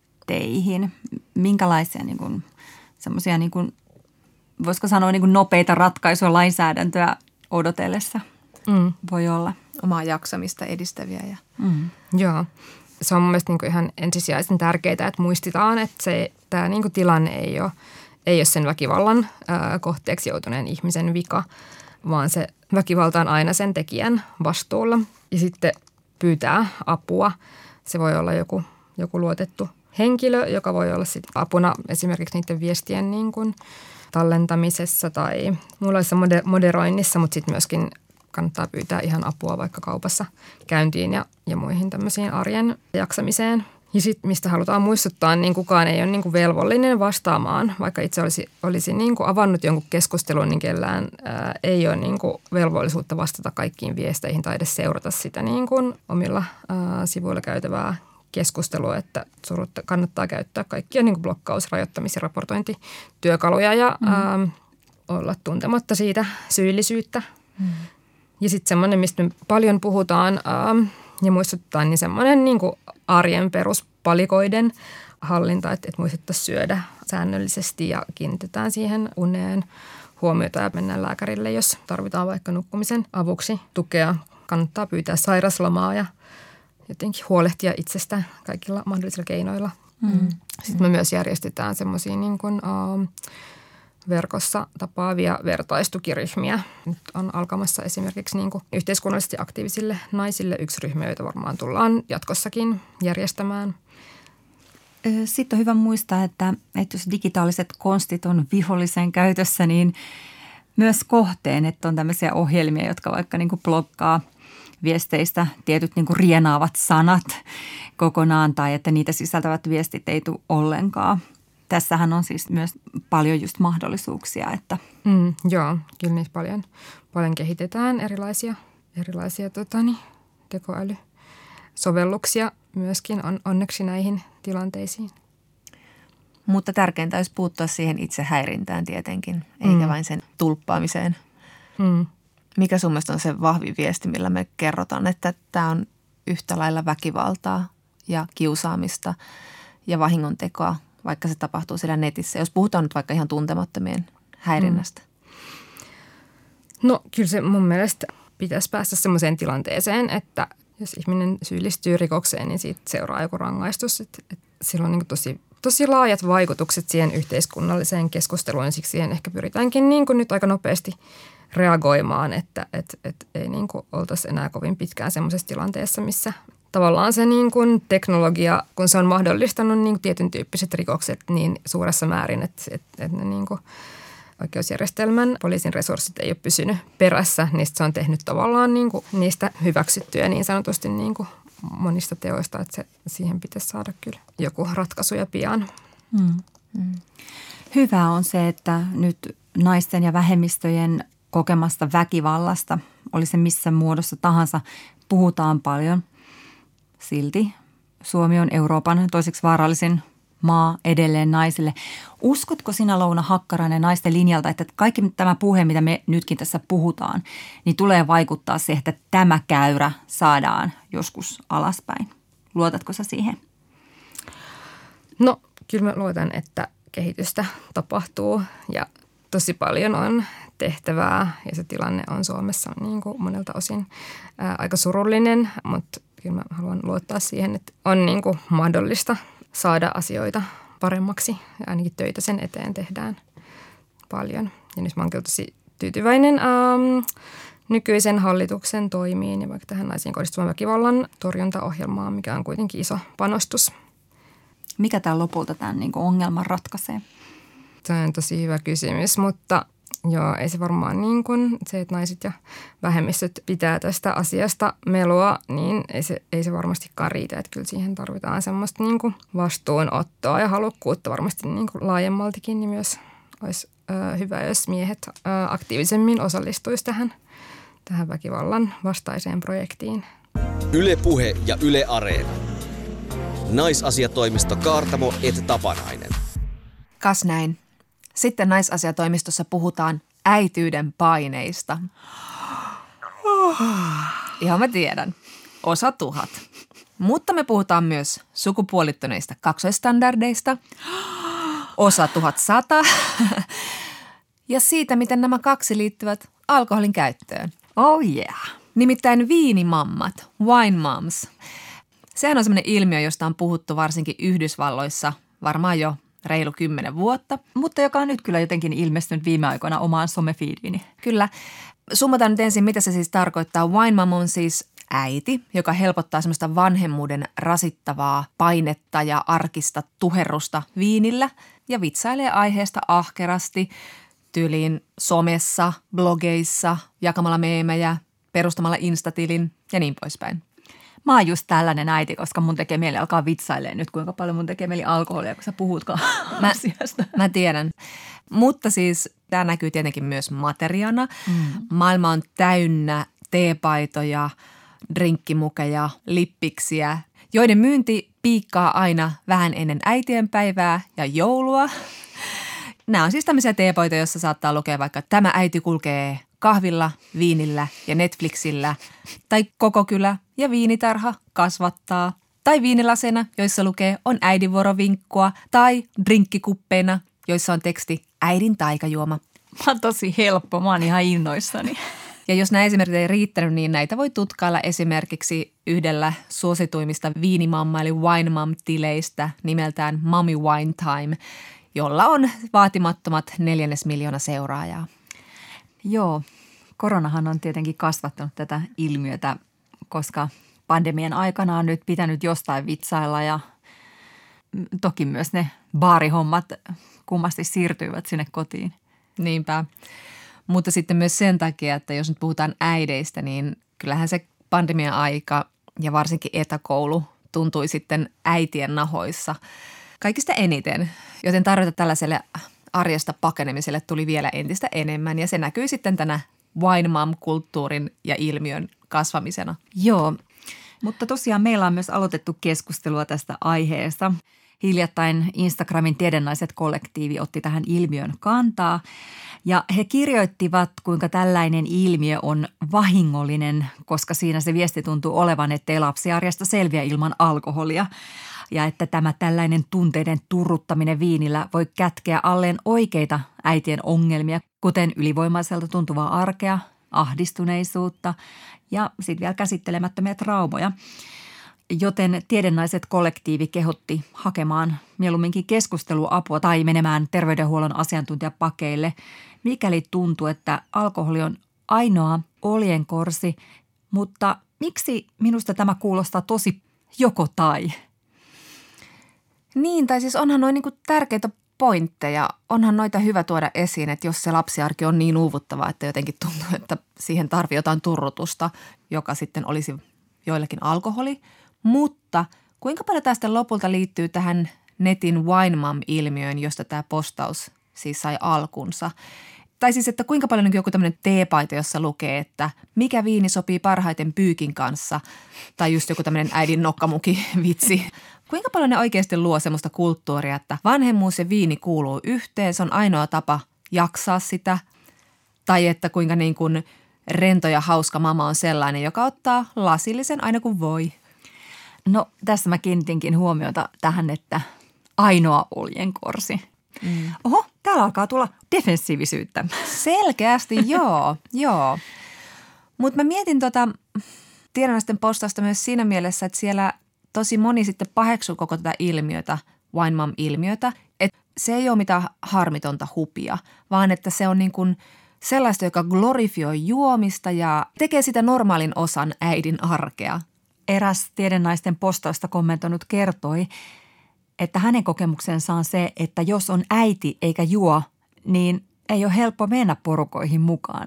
teihin? Minkälaisia niin kuin, semmoisia, niin kuin, voisiko sanoa niin kuin nopeita ratkaisuja lainsäädäntöä odotellessa mm. voi olla? Omaa jaksamista edistäviä. Ja. Mm. Joo. Se on mun mielestä niin kuin ihan ensisijaisen tärkeää, että muistetaan, että se, tämä niin kuin tilanne ei ole, ei ole sen väkivallan ää, kohteeksi joutuneen ihmisen vika, vaan se väkivalta on aina sen tekijän vastuulla. Ja sitten pyytää apua. Se voi olla joku, joku luotettu henkilö, joka voi olla sit apuna esimerkiksi niiden viestien niin kuin tallentamisessa tai muunlaisessa moderoinnissa, mutta sitten myöskin kannattaa pyytää ihan apua vaikka kaupassa käyntiin ja, ja muihin tämmöisiin arjen jaksamiseen. Ja sitten mistä halutaan muistuttaa, niin kukaan ei ole niin kuin velvollinen vastaamaan. Vaikka itse olisi, olisi niin kuin avannut jonkun keskustelun, niin kellään ää, ei ole niin kuin velvollisuutta vastata kaikkiin viesteihin tai edes seurata sitä niin kuin omilla ää, sivuilla käytävää keskustelua. Että surutta kannattaa käyttää kaikkia niin kuin blokkaus-, rajoittamis- ja raportointityökaluja ja mm. ää, olla tuntematta siitä syyllisyyttä. Mm. Ja sitten semmoinen, mistä me paljon puhutaan ää, ja muistutetaan, niin semmoinen niin kuin arjen peruspalikoiden hallinta, että, että muistettaisiin syödä säännöllisesti ja kiinnitetään siihen uneen huomiota ja mennään lääkärille, jos tarvitaan vaikka nukkumisen avuksi tukea. Kannattaa pyytää sairaslomaa ja jotenkin huolehtia itsestä kaikilla mahdollisilla keinoilla. Mm. Sitten me myös järjestetään semmoisia niin kuin, uh, verkossa tapaavia vertaistukiryhmiä. Nyt on alkamassa esimerkiksi niin kuin yhteiskunnallisesti aktiivisille naisille yksi ryhmä, joita varmaan tullaan jatkossakin järjestämään. Sitten on hyvä muistaa, että, että jos digitaaliset konstit on vihollisen käytössä, niin myös kohteen, että on tämmöisiä ohjelmia, jotka vaikka niin kuin blokkaa viesteistä tietyt niin kuin rienaavat sanat kokonaan tai että niitä sisältävät viestit ei tule ollenkaan. Tässähän on siis myös paljon just mahdollisuuksia, että mm, joo, kyllä niitä paljon, paljon kehitetään erilaisia, erilaisia totani, tekoälysovelluksia myöskin on onneksi näihin tilanteisiin. Mutta tärkeintä olisi puuttua siihen itse häirintään tietenkin, eikä mm. vain sen tulppaamiseen. Mm. Mikä sun mielestä on se vahvin viesti, millä me kerrotaan, että tämä on yhtä lailla väkivaltaa ja kiusaamista ja vahingontekoa, vaikka se tapahtuu siellä netissä, jos puhutaan nyt vaikka ihan tuntemattomien häirinnästä? No kyllä se mun mielestä pitäisi päästä semmoiseen tilanteeseen, että jos ihminen syyllistyy rikokseen, niin siitä seuraa joku rangaistus. Että, että sillä on niin kuin tosi, tosi laajat vaikutukset siihen yhteiskunnalliseen keskusteluun ja siksi siihen ehkä pyritäänkin niin kuin nyt aika nopeasti reagoimaan, että, että, että ei niin kuin oltaisi enää kovin pitkään semmoisessa tilanteessa, missä tavallaan se niin kuin teknologia, kun se on mahdollistanut niin kuin tietyn tyyppiset rikokset niin suuressa määrin, että, että, että ne niin kuin oikeusjärjestelmän poliisin resurssit ei ole pysynyt perässä, niin se on tehnyt tavallaan niin kuin niistä hyväksyttyjä niin sanotusti niin kuin monista teoista, että se, siihen pitäisi saada kyllä joku ratkaisu ja pian. Mm. Mm. Hyvä on se, että nyt naisten ja vähemmistöjen kokemasta väkivallasta, oli se missä muodossa tahansa, puhutaan paljon. Silti Suomi on Euroopan toiseksi vaarallisin maa edelleen naisille. Uskotko sinä, Louna Hakkarainen, Naisten linjalta, että kaikki tämä puhe, mitä me nytkin tässä puhutaan, niin tulee vaikuttaa siihen, että tämä käyrä saadaan joskus alaspäin? Luotatko sä siihen? No kyllä mä luotan, että kehitystä tapahtuu ja tosi paljon on tehtävää ja se tilanne on Suomessa niin kuin monelta osin ää, aika surullinen, mutta kyllä mä haluan luottaa siihen, että on niin kuin mahdollista saada asioita paremmaksi ja ainakin töitä sen eteen tehdään paljon. Ja nyt mä oon kyllä tosi tyytyväinen ähm, nykyisen hallituksen toimiin ja vaikka tähän naisiin kohdistuvan väkivallan torjuntaohjelmaan, mikä on kuitenkin iso panostus. Mikä tämä lopulta tämän niin kuin ongelman ratkaisee? Se on tosi hyvä kysymys, mutta joo, ei se varmaan niin kuin se, että naiset ja vähemmistöt pitää tästä asiasta melua, niin ei se, ei se varmastikaan riitä. Että kyllä siihen tarvitaan semmoista niin kuin vastuunottoa ja halukkuutta varmasti niin kuin laajemmaltikin, niin myös olisi ö, hyvä, jos miehet ö, aktiivisemmin osallistuisi tähän, tähän väkivallan vastaiseen projektiin. Yle Puhe ja Yle Areena. Naisasiatoimisto Kaartamo et Tapanainen. Kas näin. Sitten naisasiatoimistossa puhutaan äityyden paineista. Ihan mä tiedän. Osa tuhat. Mutta me puhutaan myös sukupuolittuneista kaksoistandardeista. Osa tuhat sata. Ja siitä, miten nämä kaksi liittyvät alkoholin käyttöön. Oh yeah. Nimittäin viinimammat, wine moms. Sehän on sellainen ilmiö, josta on puhuttu varsinkin Yhdysvalloissa varmaan jo reilu kymmenen vuotta. Mutta joka on nyt kyllä jotenkin ilmestynyt viime aikoina omaan somefiidiini. Kyllä. Summataan nyt ensin, mitä se siis tarkoittaa. Wine mom on siis äiti, joka helpottaa semmoista vanhemmuuden rasittavaa painetta ja arkista tuherrusta viinillä ja vitsailee aiheesta ahkerasti tyyliin somessa, blogeissa, jakamalla meemejä, perustamalla instatilin ja niin poispäin. Mä oon just tällainen äiti, koska mun tekee mieli alkaa vitsailemaan nyt, kuinka paljon mun tekee mieli alkoholia, kun sä puhutkaan mä, asiasta. Mä tiedän. Mutta siis tämä näkyy tietenkin myös materiaana. Mm. Maailma on täynnä teepaitoja, drinkkimukeja, lippiksiä, joiden myynti piikkaa aina vähän ennen äitienpäivää ja joulua. Nämä on siis tämmöisiä teepaitoja, joissa saattaa lukea vaikka tämä äiti kulkee kahvilla, viinillä ja Netflixillä, tai koko kylä ja viinitarha kasvattaa, tai viinilasena, joissa lukee on äidinvuorovinkkua, tai drinkkikuppeina, joissa on teksti äidin taikajuoma. Mä oon tosi helppo, mä oon ihan innoissani. Ja jos nämä esimerkiksi ei riittänyt, niin näitä voi tutkailla esimerkiksi yhdellä suosituimmista viinimamma eli wine mom-tileistä nimeltään Mommy Wine Time, jolla on vaatimattomat neljännes miljoona seuraajaa. Joo, koronahan on tietenkin kasvattanut tätä ilmiötä, koska pandemian aikana on nyt pitänyt jostain vitsailla ja toki myös ne baarihommat kummasti siirtyivät sinne kotiin. Niinpä, mutta sitten myös sen takia, että jos nyt puhutaan äideistä, niin kyllähän se pandemian aika ja varsinkin etäkoulu tuntui sitten äitien nahoissa kaikista eniten, joten tarvita tällaiselle arjesta pakenemiselle tuli vielä entistä enemmän ja se näkyy sitten tänä wine mom-kulttuurin ja ilmiön kasvamisena. Joo, mutta tosiaan meillä on myös aloitettu keskustelua tästä aiheesta. Hiljattain Instagramin Tiedennaiset-kollektiivi otti tähän ilmiön kantaa ja he kirjoittivat, kuinka tällainen ilmiö on vahingollinen, koska siinä se viesti tuntuu olevan, ettei lapsi arjesta selviä ilman alkoholia. Ja että tämä tällainen tunteiden turruttaminen viinillä voi kätkeä alleen oikeita äitien ongelmia, kuten ylivoimaiselta tuntuvaa arkea, ahdistuneisuutta ja sitten vielä käsittelemättömiä traumoja. Joten Tiedennaiset-kollektiivi kehotti hakemaan mieluumminkin keskusteluapua tai menemään terveydenhuollon asiantuntijapakeille, mikäli tuntuu, että alkoholi on ainoa oljenkorsi. Mutta miksi minusta tämä kuulostaa tosi joko tai? Niin, tai siis onhan noin niinku tärkeitä pointteja. Onhan noita hyvä tuoda esiin, että jos se lapsiarki on niin uuvuttava, että jotenkin tuntuu, että siihen tarvii jotain turrutusta, joka sitten olisi joillekin alkoholi. Mutta kuinka paljon tästä lopulta liittyy tähän netin wine mom-ilmiöön, josta tämä postaus siis sai alkunsa? Tai siis, että kuinka paljon joku tämmöinen teepaita, jossa lukee, että mikä viini sopii parhaiten pyykin kanssa, tai just joku tämmöinen äidin nokkamuki-vitsi. Kuinka paljon ne oikeasti luo semmoista kulttuuria, että vanhemmuus ja viini kuuluu yhteen, se on ainoa tapa jaksaa sitä. Tai että kuinka niin kuin rento ja hauska mama on sellainen, joka ottaa lasillisen aina kun voi. No tässä mä kiinnitinkin huomiota tähän, että ainoa oljenkorsi. Mm. Oho, täällä alkaa tulla defensiivisyyttä. Selkeästi, joo, joo. Mutta mä mietin tota tiedonnaisten postausta myös siinä mielessä, että siellä tosi moni sitten paheksuu koko tätä ilmiötä, wine mom-ilmiötä. Että se ei ole mitään harmitonta hupia, vaan että se on niin kuin sellaista, joka glorifioi juomista ja tekee sitä normaalin osan äidin arkea. Eräs tiedennaisten postausta kommentoinut kertoi, että hänen kokemuksensa on se, että jos on äiti eikä juo, niin ei ole helppo mennä porukoihin mukaan.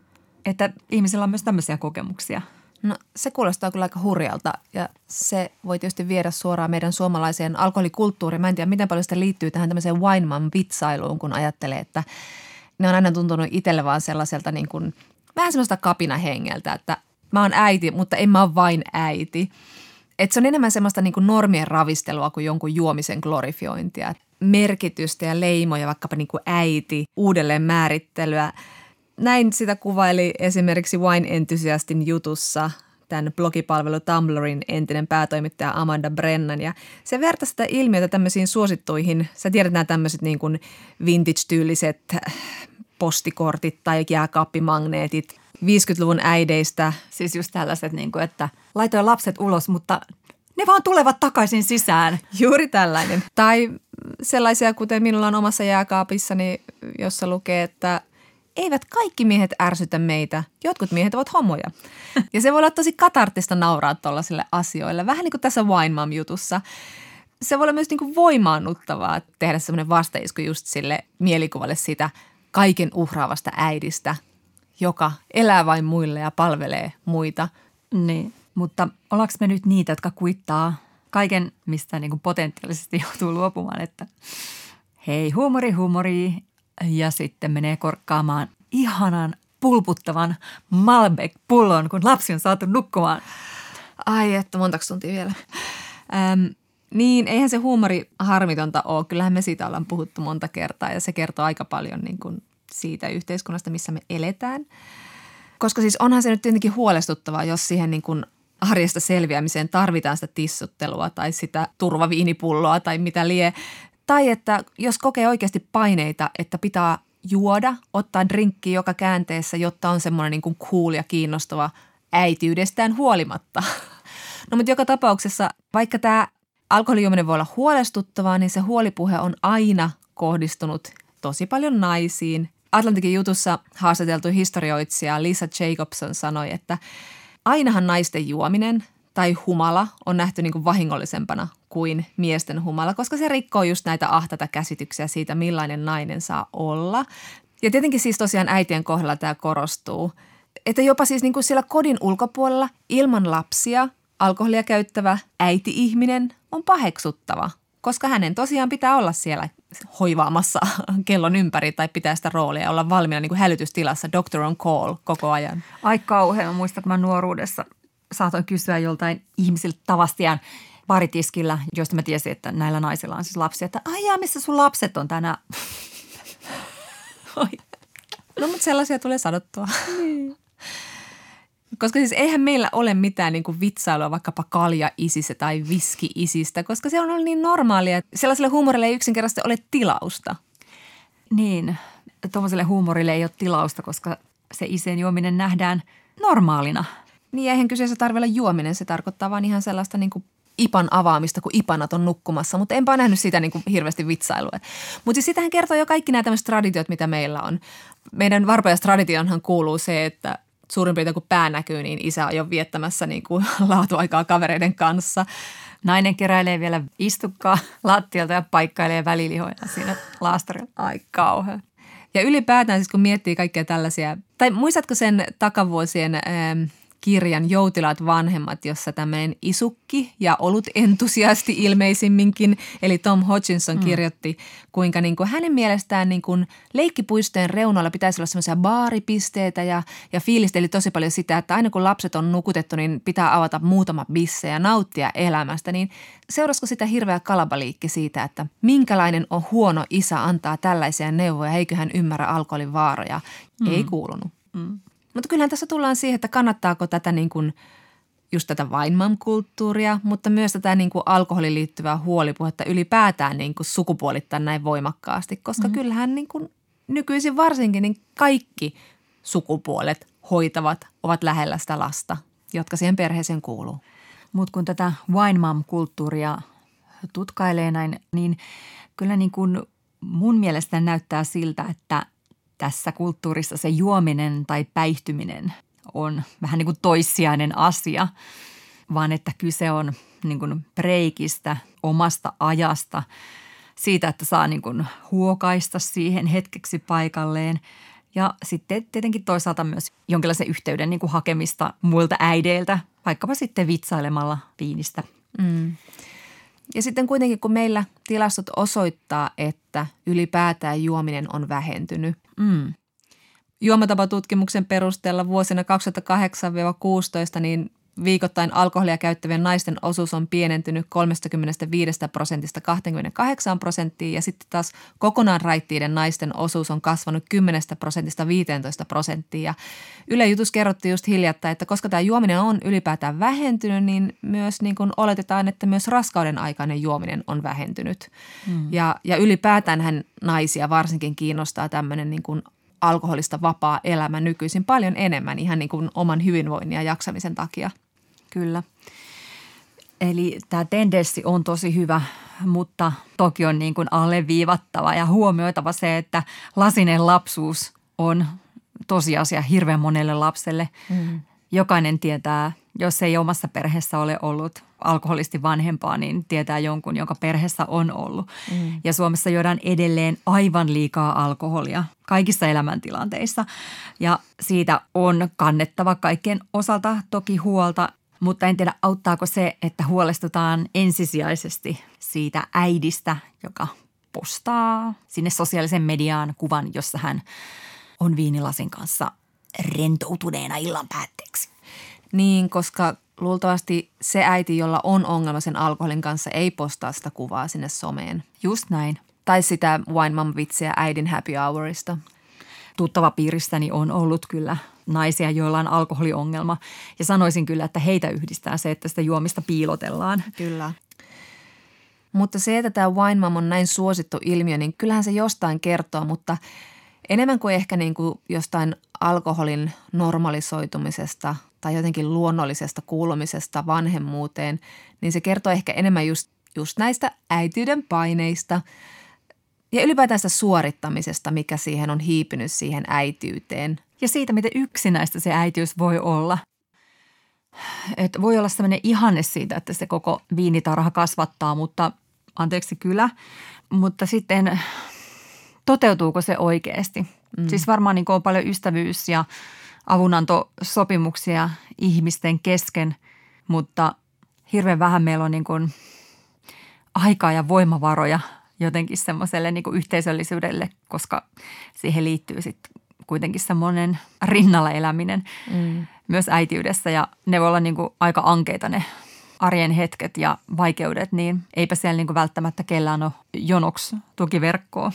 Että ihmisillä on myös tämmöisiä kokemuksia. No se kuulostaa kyllä aika hurjalta ja se voi tietysti viedä suoraan meidän suomalaiseen alkoholikulttuuriin. Mä en tiedä, miten paljon sitä liittyy tähän tämmöiseen wine mom vitsailuun, kun ajattelee, että ne on aina tuntunut itselle vaan sellaiselta niin kuin vähän semmoista kapinahengeltä, että mä oon äiti, mutta en mä ole vain äiti. Että se on enemmän semmoista niin kuin normien ravistelua kuin jonkun juomisen glorifiointia. Merkitystä ja leimoja, vaikkapa niin kuin äiti, uudelleen määrittelyä. Näin sitä kuvaili esimerkiksi Wine Enthusiastin jutussa tämän blogipalvelu Tumblerin entinen päätoimittaja Amanda Brennan. Ja se vertaisi sitä ilmiötä tämmöisiin suosittuihin, sä tiedät nämä tämmöiset niin kuin vintage-tyyliset postikortit tai jääkaappimagneetit viisikymmentäluvun äideistä. Siis just tällaiset, niin kuin, että laitoin lapset ulos, mutta ne vaan tulevat takaisin sisään. Juuri tällainen. Tai sellaisia, kuten minulla on omassa jääkaapissani, jossa lukee, että eivät kaikki miehet ärsytä meitä. Jotkut miehet ovat homoja. Ja se voi olla tosi katarttista nauraa tuollaisille asioille. Vähän niin kuin tässä Wine Mom-jutussa. Se voi olla myös niin kuin voimaannuttavaa tehdä semmoinen vastaisku just sille mielikuvalle siitä kaiken uhraavasta äidistä, joka elää vain muille ja palvelee muita. Niin, mutta ollaanko me nyt niitä, jotka kuittaa kaiken, mistä niin kuin potentiaalisesti joutuu luopumaan, että hei, huumori, huumori. Ja sitten menee korkkaamaan ihanan pulputtavan Malbec-pullon, kun lapsi on saatu nukkumaan. Ai että, montako tuntia vielä? Öm, niin, eihän se huumori harmitonta ole. Kyllähän me siitä ollaan puhuttu monta kertaa ja se kertoo aika paljon niin kuin siitä yhteiskunnasta, missä me eletään. Koska siis onhan se nyt tietenkin huolestuttavaa, jos siihen niin kuin arjesta selviämiseen tarvitaan sitä tissuttelua tai sitä turvaviinipulloa tai mitä lie. Tai että jos kokee oikeasti paineita, että pitää juoda, ottaa drinkki joka käänteessä, jotta on semmoinen niin kuin cool ja kiinnostava äitiydestään huolimatta. No mutta joka tapauksessa, vaikka tämä alkoholijuominen voi olla huolestuttavaa, niin se huolipuhe on aina kohdistunut tosi paljon naisiin. Atlantikin jutussa haastateltu historioitsija Lisa Jacobson sanoi, että ainahan naisten juominen tai humala on nähty niin kuin vahingollisempana kuin miesten humala, koska se rikkoo just näitä ahtata käsityksiä siitä, millainen nainen saa olla. Ja tietenkin siis tosiaan äitien kohdalla tämä korostuu, että jopa siis niin kuin siellä kodin ulkopuolella ilman lapsia alkoholia käyttävä äiti-ihminen on paheksuttava, koska hänen tosiaan pitää olla siellä hoivaamassa kellon ympäri tai pitää sitä roolia ja olla valmiina niin kuin hälytystilassa, doctor on call koko ajan. Ai kauhean, mä muistan, kun mä nuoruudessa saatoin kysyä joltain ihmisiltä tavastiaan baritiskillä, josta mä tiesin, että näillä naisilla on siis lapsia, että ai jaa, missä sun lapset on tänään? No mutta sellaisia tulee sanottua. Niin. Koska siis eihän meillä ole mitään niin kuin vitsailua vaikkapa kalja-isistä tai viski-isistä, koska se on ollut niin normaalia, että sellaiselle huumorille ei yksinkertaisesti ole tilausta. Niin, tuollaiselle huumorille ei ole tilausta, koska se isien juominen nähdään normaalina. Niin, eihän kyseessä tarvitse olla juominen, se tarkoittaa vaan ihan sellaista niin kuin ipan avaamista, kun ipanat on nukkumassa, mutta enpä nähnyt sitä niin kuin hirveästi vitsailua. Mutta siis sitähän kertoo jo kaikki nämä tämmöiset traditiot, mitä meillä on. Meidän varpajastraditioonhan kuuluu se, että suurin piirtein kun pää näkyy, niin isä on jo viettämässä niin kuin laatuaikaa kavereiden kanssa. Nainen keräilee vielä istukkaa lattialta ja paikkailee välilihoja siinä laastarilla. Ai kauhean. Ja ylipäätään siis kun miettii kaikkea tällaisia, tai muistatko sen takavuosien Ähm, kirjan Joutilaat vanhemmat, jossa tämmöinen isukki ja olut entusiasti ilmeisimminkin, eli Tom Hodgkinson mm. kirjoitti, kuinka niin kuin hänen mielestään niin kuin leikkipuistojen reunoilla pitäisi olla semmoisia baaripisteitä ja, ja fiilisteli tosi paljon sitä, että aina kun lapset on nukutettu, niin pitää avata muutama bisse ja nauttia elämästä. Niin seurasko sitä hirveä kalabaliikki siitä, että minkälainen on huono isä antaa tällaisia neuvoja, eikö hän ymmärrä alkoholin vaaroja? Mm. Ei kuulunut. Mm. Mutta kyllähän tässä tullaan siihen, että kannattaako tätä niin kuin just tätä Weinmann-kulttuuria, mutta myös tätä niin kuin alkoholiin liittyvää huolipuhetta ylipäätään niin kuin sukupuolittain näin voimakkaasti, koska mm. kyllähän niin kuin nykyisin varsinkin niin kaikki sukupuolet hoitavat, ovat lähellä sitä lasta, jotka siihen perheeseen kuuluu. Mutta kun tätä Weinmann-kulttuuria tutkailee näin, niin kyllä niin kuin mun mielestä näyttää siltä, että tässä kulttuurissa se juominen tai päihtyminen on vähän niin kuin toissijainen asia, vaan että kyse on niin kuin breikistä, omasta ajasta, siitä, että saa niin kuin huokaista siihen hetkeksi paikalleen ja sitten tietenkin toisaalta myös jonkinlaisen yhteyden niin kuin hakemista muilta äideiltä, vaikkapa sitten vitsailemalla viinistä. Mm. Ja sitten kuitenkin, kun meillä tilastot osoittaa, että ylipäätään juominen on vähentynyt. Mm. Juomatapatutkimuksen perusteella vuosina kaksituhattakahdeksan kuusitoista niin viikoittain alkoholia käyttävien naisten osuus on pienentynyt kolmekymmentäviisi prosentista kaksikymmentäkahdeksan prosenttia ja sitten taas kokonaan raittiiden naisten osuus on kasvanut kymmenestä prosentista viiteentoista prosenttia. Ja Yle Jutussa kerrottiin just hiljattain, että koska tämä juominen on ylipäätään vähentynyt, niin myös niin kuin oletetaan, että myös raskauden aikainen juominen on vähentynyt. Mm. Ja, ja ylipäätään naisia varsinkin kiinnostaa tämmöinen niin kuin alkoholista vapaa elämä nykyisin paljon enemmän ihan niin kuin oman hyvinvoinnin ja jaksamisen takia. Kyllä. Eli tämä tendenssi on tosi hyvä, mutta toki on niin kuin alleviivattava ja huomioitava se, että lasinen lapsuus on tosiasia hirveän monelle lapselle. Mm. Jokainen tietää, jos ei omassa perheessä ole ollut alkoholisti vanhempaa, niin tietää jonkun, jonka perheessä on ollut. Mm. Ja Suomessa juodaan edelleen aivan liikaa alkoholia kaikissa elämäntilanteissa. Ja siitä on kannettava kaikkien osalta toki huolta, mutta en tiedä auttaako se, että huolestutaan ensisijaisesti siitä äidistä, joka postaa sinne sosiaalisen mediaan kuvan, jossa hän on viinilasin kanssa rentoutuneena illan päätteeksi. Niin, koska luultavasti se äiti, jolla on ongelma sen alkoholin kanssa, ei postaa sitä kuvaa sinne someen. Just näin. Tai sitä Weinmann-vitsiä äidin happy hourista. Tuttava piiristäni on ollut kyllä naisia, joilla on alkoholiongelma. Ja sanoisin kyllä, että heitä yhdistää se, että sitä juomista piilotellaan. Kyllä. Mutta se, että tämä Weinmann on näin suosittu ilmiö, niin kyllähän se jostain kertoo, mutta enemmän kuin ehkä niin kuin jostain alkoholin normalisoitumisesta tai jotenkin luonnollisesta kuulumisesta vanhemmuuteen, niin se kertoo ehkä enemmän just, just näistä äitiyden paineista ja ylipäätään sitä suorittamisesta, mikä siihen on hiipinyt siihen äitiyteen. Ja siitä, miten yksinäistä se äitiys voi olla. Et voi olla sellainen ihanne siitä, että se koko viinitarha kasvattaa, mutta anteeksi kyllä, mutta sitten toteutuuko se oikeasti? Mm. Siis varmaan niin on paljon ystävyys- ja avunantosopimuksia ihmisten kesken, mutta hirveän vähän meillä on niin kuin aikaa ja voimavaroja jotenkin semmoiselle niin kuin yhteisöllisyydelle, koska siihen liittyy sitten kuitenkin semmoinen rinnalla eläminen mm. myös äitiydessä ja ne voi olla niin kuin aika ankeita ne arjen hetket ja vaikeudet, niin eipä siellä niin kuin välttämättä kellään ole jonoksi tukiverkkoa.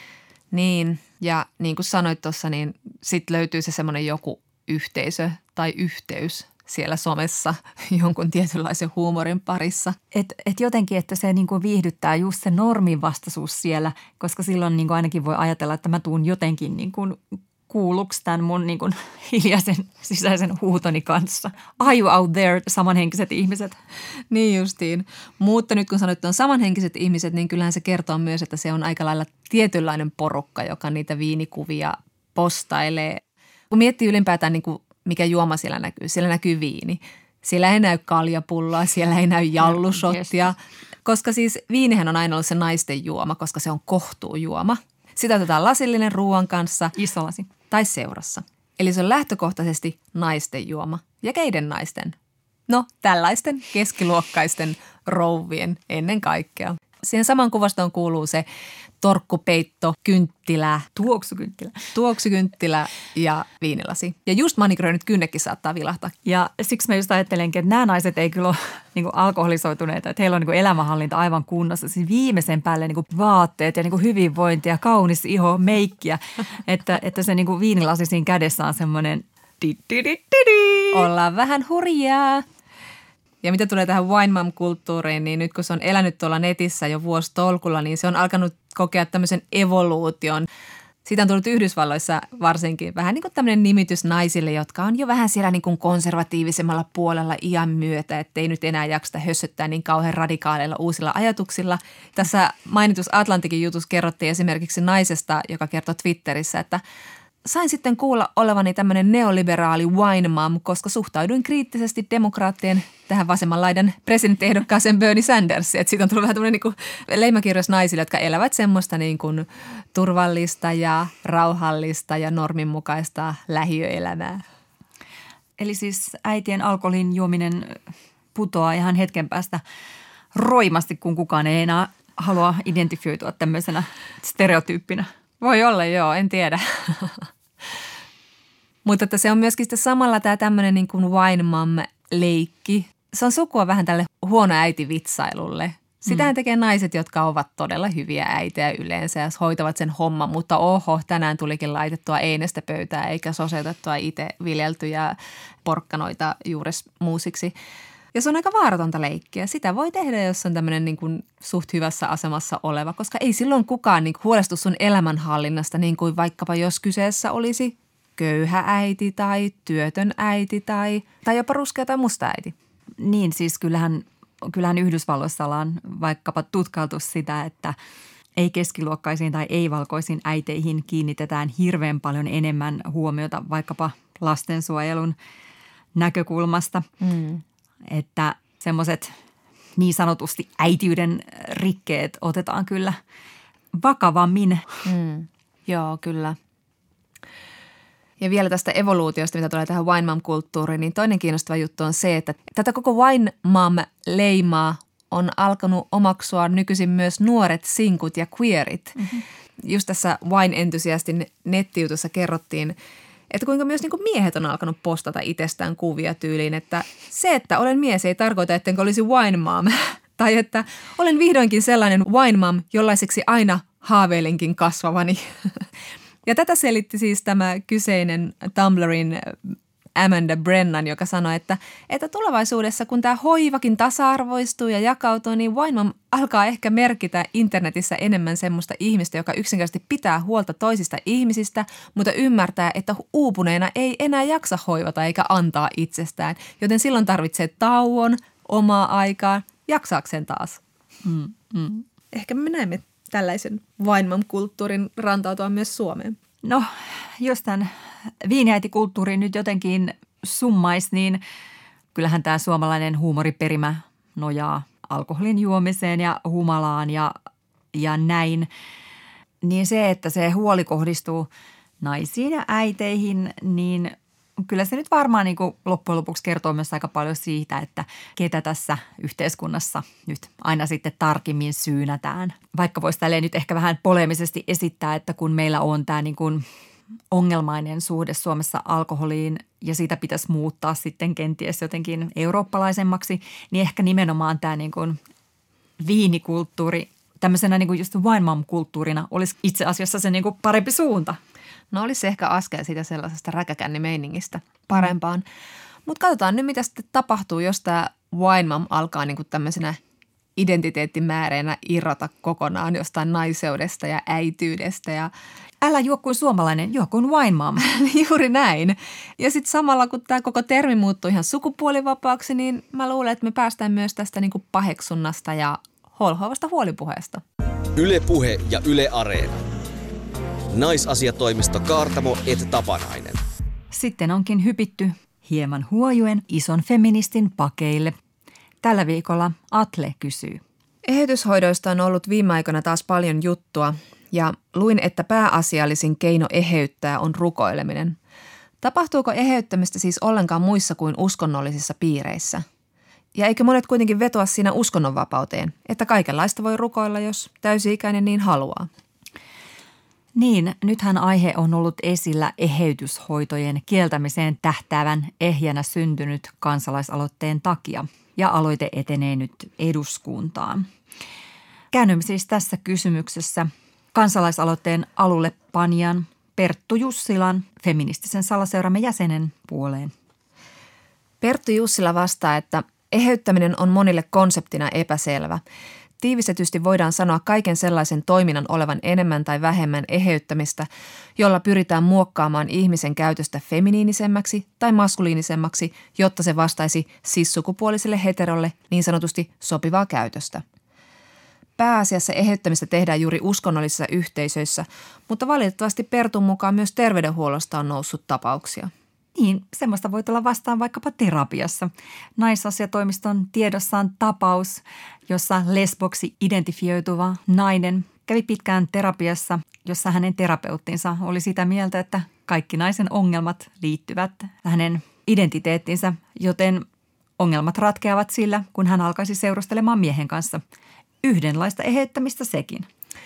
Niin, ja niin kuin sanoit tuossa, niin sitten löytyy se semmoinen joku yhteisö tai yhteys siellä somessa jonkun tietynlaisen huumorin parissa. Et, et jotenkin, että se niinku viihdyttää just se normin vastaisuus siellä, koska silloin niinku ainakin voi ajatella, että mä tuun jotenkin niinku kuulluksi tämän mun niinku hiljaisen sisäisen huutoni kanssa. Are you out there, samanhenkiset ihmiset? Niin justiin. Mutta nyt kun sanoit, että on samanhenkiset ihmiset, niin kyllähän se kertoo myös, että se on aika lailla tietynlainen porukka, joka niitä viinikuvia postailee. Kun miettii ylipäätään, niin kuin mikä juoma siellä näkyy, siellä näkyy viini. Siellä ei näy kaljapulloa, siellä ei näy jallusottia, koska siis viinihän on aina ollut se naisten juoma, koska se on kohtuujuoma. Sitä otetaan lasillinen ruoan kanssa. Iso lasi. Tai seurassa. Eli se on lähtökohtaisesti naisten juoma. Ja keiden naisten? No, tällaisten keskiluokkaisten rouvien ennen kaikkea. Siihen saman kuvastoon kuuluu se torkkupeitto, kynttilä, tuoksukynttilä, tuoksukynttilä ja viinilasi. Ja just manikröinyt kynnekin saattaa vilahtaa. Ja siksi mä just ajattelenkin, että nämä naiset ei kyllä ole niin kuin alkoholisoituneita, että heillä on niin kuin elämänhallinta aivan kunnossa. Siis viimeisen päälle niin kuin vaatteet ja niin kuin hyvinvointia, kaunis iho, meikkiä, että, että se niin kuin viinilasi siinä kädessä on semmoinen ollaan vähän hurjaa. Ja mitä tulee tähän wine mom-kulttuuriin, niin nyt kun se on elänyt tuolla netissä jo vuositolkulla, niin se on alkanut kokea tämmöisen evoluution. Siitä on tullut Yhdysvalloissa varsinkin vähän niin kuin tämmöinen nimitys naisille, jotka on jo vähän siellä niin kuin konservatiivisemmalla puolella iän myötä, ettei nyt enää jaksa hössöttää niin kauhean radikaaleilla uusilla ajatuksilla. Tässä mainitus Atlantikin jutussa kerrottiin esimerkiksi naisesta, joka kertoi Twitterissä, että sain sitten kuulla olevani tämmöinen neoliberaali wine mom, koska suhtauduin kriittisesti demokraattien tähän vasemman laidan presidenttiehdokkaaseen Bernie Sandersiin. Että siitä on tullut vähän tämmöinen niin leimakirjas naisille, jotka elävät semmoista niin kuin turvallista ja rauhallista ja norminmukaista lähiöelämää. Eli siis äitien alkoholin juominen putoaa ihan hetken päästä roimasti, kun kukaan ei enää halua identifioitua tämmöisenä stereotyyppinä. Voi olla, joo, en tiedä. Mutta että se on myöskin sitten samalla tämä tämmöinen niin kuin wine mom-leikki. Se on sukua vähän tälle huono äiti-vitsailulle. Sitähän tekee naiset, jotka ovat todella hyviä äitejä yleensä ja hoitavat sen homman, mutta oho, tänään tulikin laitettua einestä pöytää eikä soseutettua itse viljeltyjä porkkanoita juuresmuusiksi. Ja se on aika vaaratonta leikkiä. Sitä voi tehdä, jos on tämmöinen niin kuin suht hyvässä asemassa oleva, koska ei silloin kukaan niin kuin huolestu sun elämänhallinnasta, niin kuin vaikkapa jos kyseessä olisi köyhä äiti tai työtön äiti tai, tai jopa ruskea tai musta äiti. Niin, siis kyllähän, kyllähän Yhdysvalloissa ollaan vaikkapa tutkailtu sitä, että ei-keskiluokkaisiin tai ei-valkoisiin äiteihin kiinnitetään hirveän paljon enemmän huomiota vaikkapa lastensuojelun näkökulmasta. Mm. Että semmoiset niin sanotusti äitiyden rikkeet otetaan kyllä vakavammin. Mm, joo, kyllä. Ja vielä tästä evoluutiosta, mitä tulee tähän wine mom-kulttuuriin, niin toinen kiinnostava juttu on se, että tätä koko wine mom-leimaa on alkanut omaksua nykyisin myös nuoret sinkut ja queerit. Mm-hmm. Just tässä wine-entusiastin nettijutussa kerrottiin, että kuinka myös niin kuin miehet on alkanut postata itsestään kuvia tyyliin, että se, että olen mies ei tarkoita, ettenkö olisi wine mom. Tai että olen vihdoinkin sellainen wine mom, jollaiseksi aina haaveilenkin kasvavani. Ja tätä selitti siis tämä kyseinen Tumblrin Amanda Brennan, joka sanoi, että, että tulevaisuudessa kun tämä hoivakin tasa-arvoistuu ja jakautuu, niin wine mom alkaa ehkä merkitä internetissä enemmän semmoista ihmistä, joka yksinkertaisesti pitää huolta toisista ihmisistä, mutta ymmärtää, että uupuneena ei enää jaksa hoivata eikä antaa itsestään, joten silloin tarvitsee tauon, omaa aikaa, jaksaakseen taas. Mm, mm. Ehkä me näemme tällaisen wine mom-kulttuurin rantautua myös Suomeen. No, jos tämän viiniäitikulttuurin nyt jotenkin summaisi, niin kyllähän tämä suomalainen huumoriperimä nojaa alkoholin juomiseen ja humalaan ja, ja näin. Niin se, että se huoli kohdistuu naisiin ja äiteihin, niin kyllä se nyt varmaan niin kuin loppujen lopuksi kertoo myös aika paljon siitä, että ketä tässä yhteiskunnassa nyt aina sitten tarkemmin syynätään. Vaikka voisi tälleen nyt ehkä vähän poleemisesti esittää, että kun meillä on tämä niin kuin ongelmainen suhde Suomessa alkoholiin ja siitä pitäisi muuttaa sitten kenties jotenkin eurooppalaisemmaksi, niin ehkä nimenomaan tämä niin kuin viinikulttuuri tämmöisenä niin kuin just wine mom-kulttuurina olisi itse asiassa se niin kuin parempi suunta. No olisi ehkä askel siitä sellaisesta räkäkännimeiningistä parempaan. Mutta katsotaan nyt, mitä sitten tapahtuu, jos tämä wine mom alkaa niin kuin tämmöisenä identiteettimääreenä irrota kokonaan jostain naiseudesta ja äityydestä. Ja älä juo kuin suomalainen, juo kuin wine mom. Juuri näin. Ja sitten samalla, kun tämä koko termi muuttuu ihan sukupuolivapaaksi, niin mä luulen, että me päästään myös tästä niin kuin paheksunnasta ja holhoavasta huolipuheesta. Yle Puhe ja Yle Areena. Naisasiatoimisto Kaartamo et Tapanainen. Sitten onkin hypitty hieman huojuen ison feministin pakeille. Tällä viikolla Atle kysyy. Eheytyshoidoista on ollut viime aikoina taas paljon juttua ja luin, että pääasiallisin keino eheyttää on rukoileminen. Tapahtuuko eheyttämistä siis ollenkaan muissa kuin uskonnollisissa piireissä? Ja eikö monet kuitenkin vetoa siinä uskonnonvapauteen, että kaikenlaista voi rukoilla, jos täysi-ikäinen niin haluaa? Niin, nythän aihe on ollut esillä eheytyshoitojen kieltämiseen tähtäävän ehjänä syntynyt kansalaisaloitteen takia ja aloite etenee nyt eduskuntaan. Käännymme siis tässä kysymyksessä kansalaisaloitteen alulle panijan Perttu Jussilan, feministisen salaseuramme jäsenen puoleen. Perttu Jussila vastaa, että Eheyttäminen on monille konseptina epäselvä. Tiivistetysti voidaan sanoa kaiken sellaisen toiminnan olevan enemmän tai vähemmän eheyttämistä, jolla pyritään muokkaamaan ihmisen käytöstä feminiinisemmäksi tai maskuliinisemmaksi, jotta se vastaisi cis-sukupuoliselle heterolle niin sanotusti sopivaa käytöstä. Pääasiassa eheyttämistä tehdään juuri uskonnollisissa yhteisöissä, mutta valitettavasti Pertun mukaan myös terveydenhuollosta on noussut tapauksia. Niin, semmoista voi tulla vastaan vaikkapa terapiassa. Naisasiatoimiston tiedossa on tapaus, jossa lesboksi identifioituva nainen kävi pitkään terapiassa, jossa hänen terapeuttinsa oli sitä mieltä, että kaikki naisen ongelmat liittyvät hänen identiteettinsä, joten ongelmat ratkeavat sillä, kun hän alkaisi seurustelemaan miehen kanssa. Yhdenlaista eheyttämistä sekin.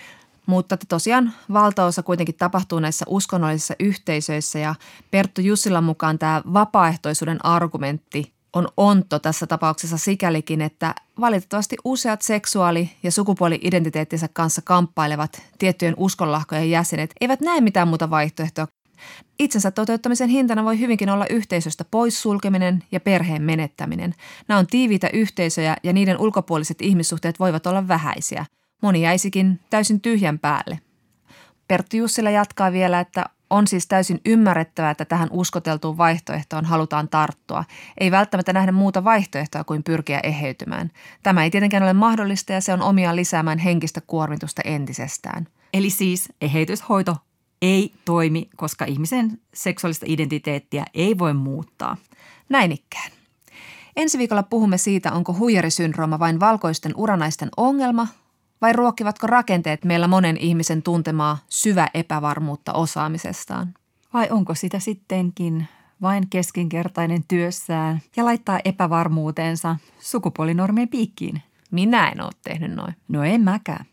Mutta tosiaan valtaosa kuitenkin tapahtuu näissä uskonnollisissa yhteisöissä ja Perttu Jussilan mukaan tämä vapaaehtoisuuden argumentti on onto tässä tapauksessa sikälikin, että valitettavasti useat seksuaali- ja sukupuoli-identiteettinsä kanssa kamppailevat tiettyjen uskonlahkojen jäsenet eivät näe mitään muuta vaihtoehtoa. Itsensä toteuttamisen hintana voi hyvinkin olla yhteisöstä poissulkeminen ja perheen menettäminen. Nämä on tiiviitä yhteisöjä ja niiden ulkopuoliset ihmissuhteet voivat olla vähäisiä. Moni jäisikin täysin tyhjän päälle. Perttu Jussila jatkaa vielä, että on siis täysin ymmärrettävää, että tähän uskoteltuun vaihtoehtoon halutaan tarttua. Ei välttämättä nähdä muuta vaihtoehtoa kuin pyrkiä eheytymään. Tämä ei tietenkään ole mahdollista ja se on omiaan lisäämään henkistä kuormitusta entisestään. Eli siis eheytyshoito ei toimi, koska ihmisen seksuaalista identiteettiä ei voi muuttaa. Näin ikään. Ensi viikolla puhumme siitä, onko huijarisyndrooma vain valkoisten uranaisten ongelma vai ruokkivatko rakenteet meillä monen ihmisen tuntemaa syvä epävarmuutta osaamisestaan? Vai onko sitä sittenkin vain keskinkertainen työssään ja laittaa epävarmuutensa sukupuolinormien piikkiin? Minä en ole tehnyt noin. No en mäkään.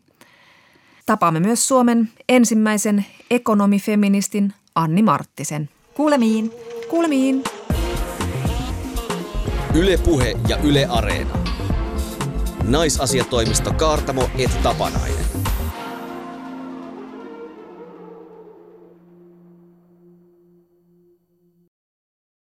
Tapaamme myös Suomen ensimmäisen ekonomifeministin Anni Marttisen. Kuulemiin. Kuulemiin. Yle Puhe ja Yle Areena. Naisasiatoimisto Kaartamo et Tapanainen.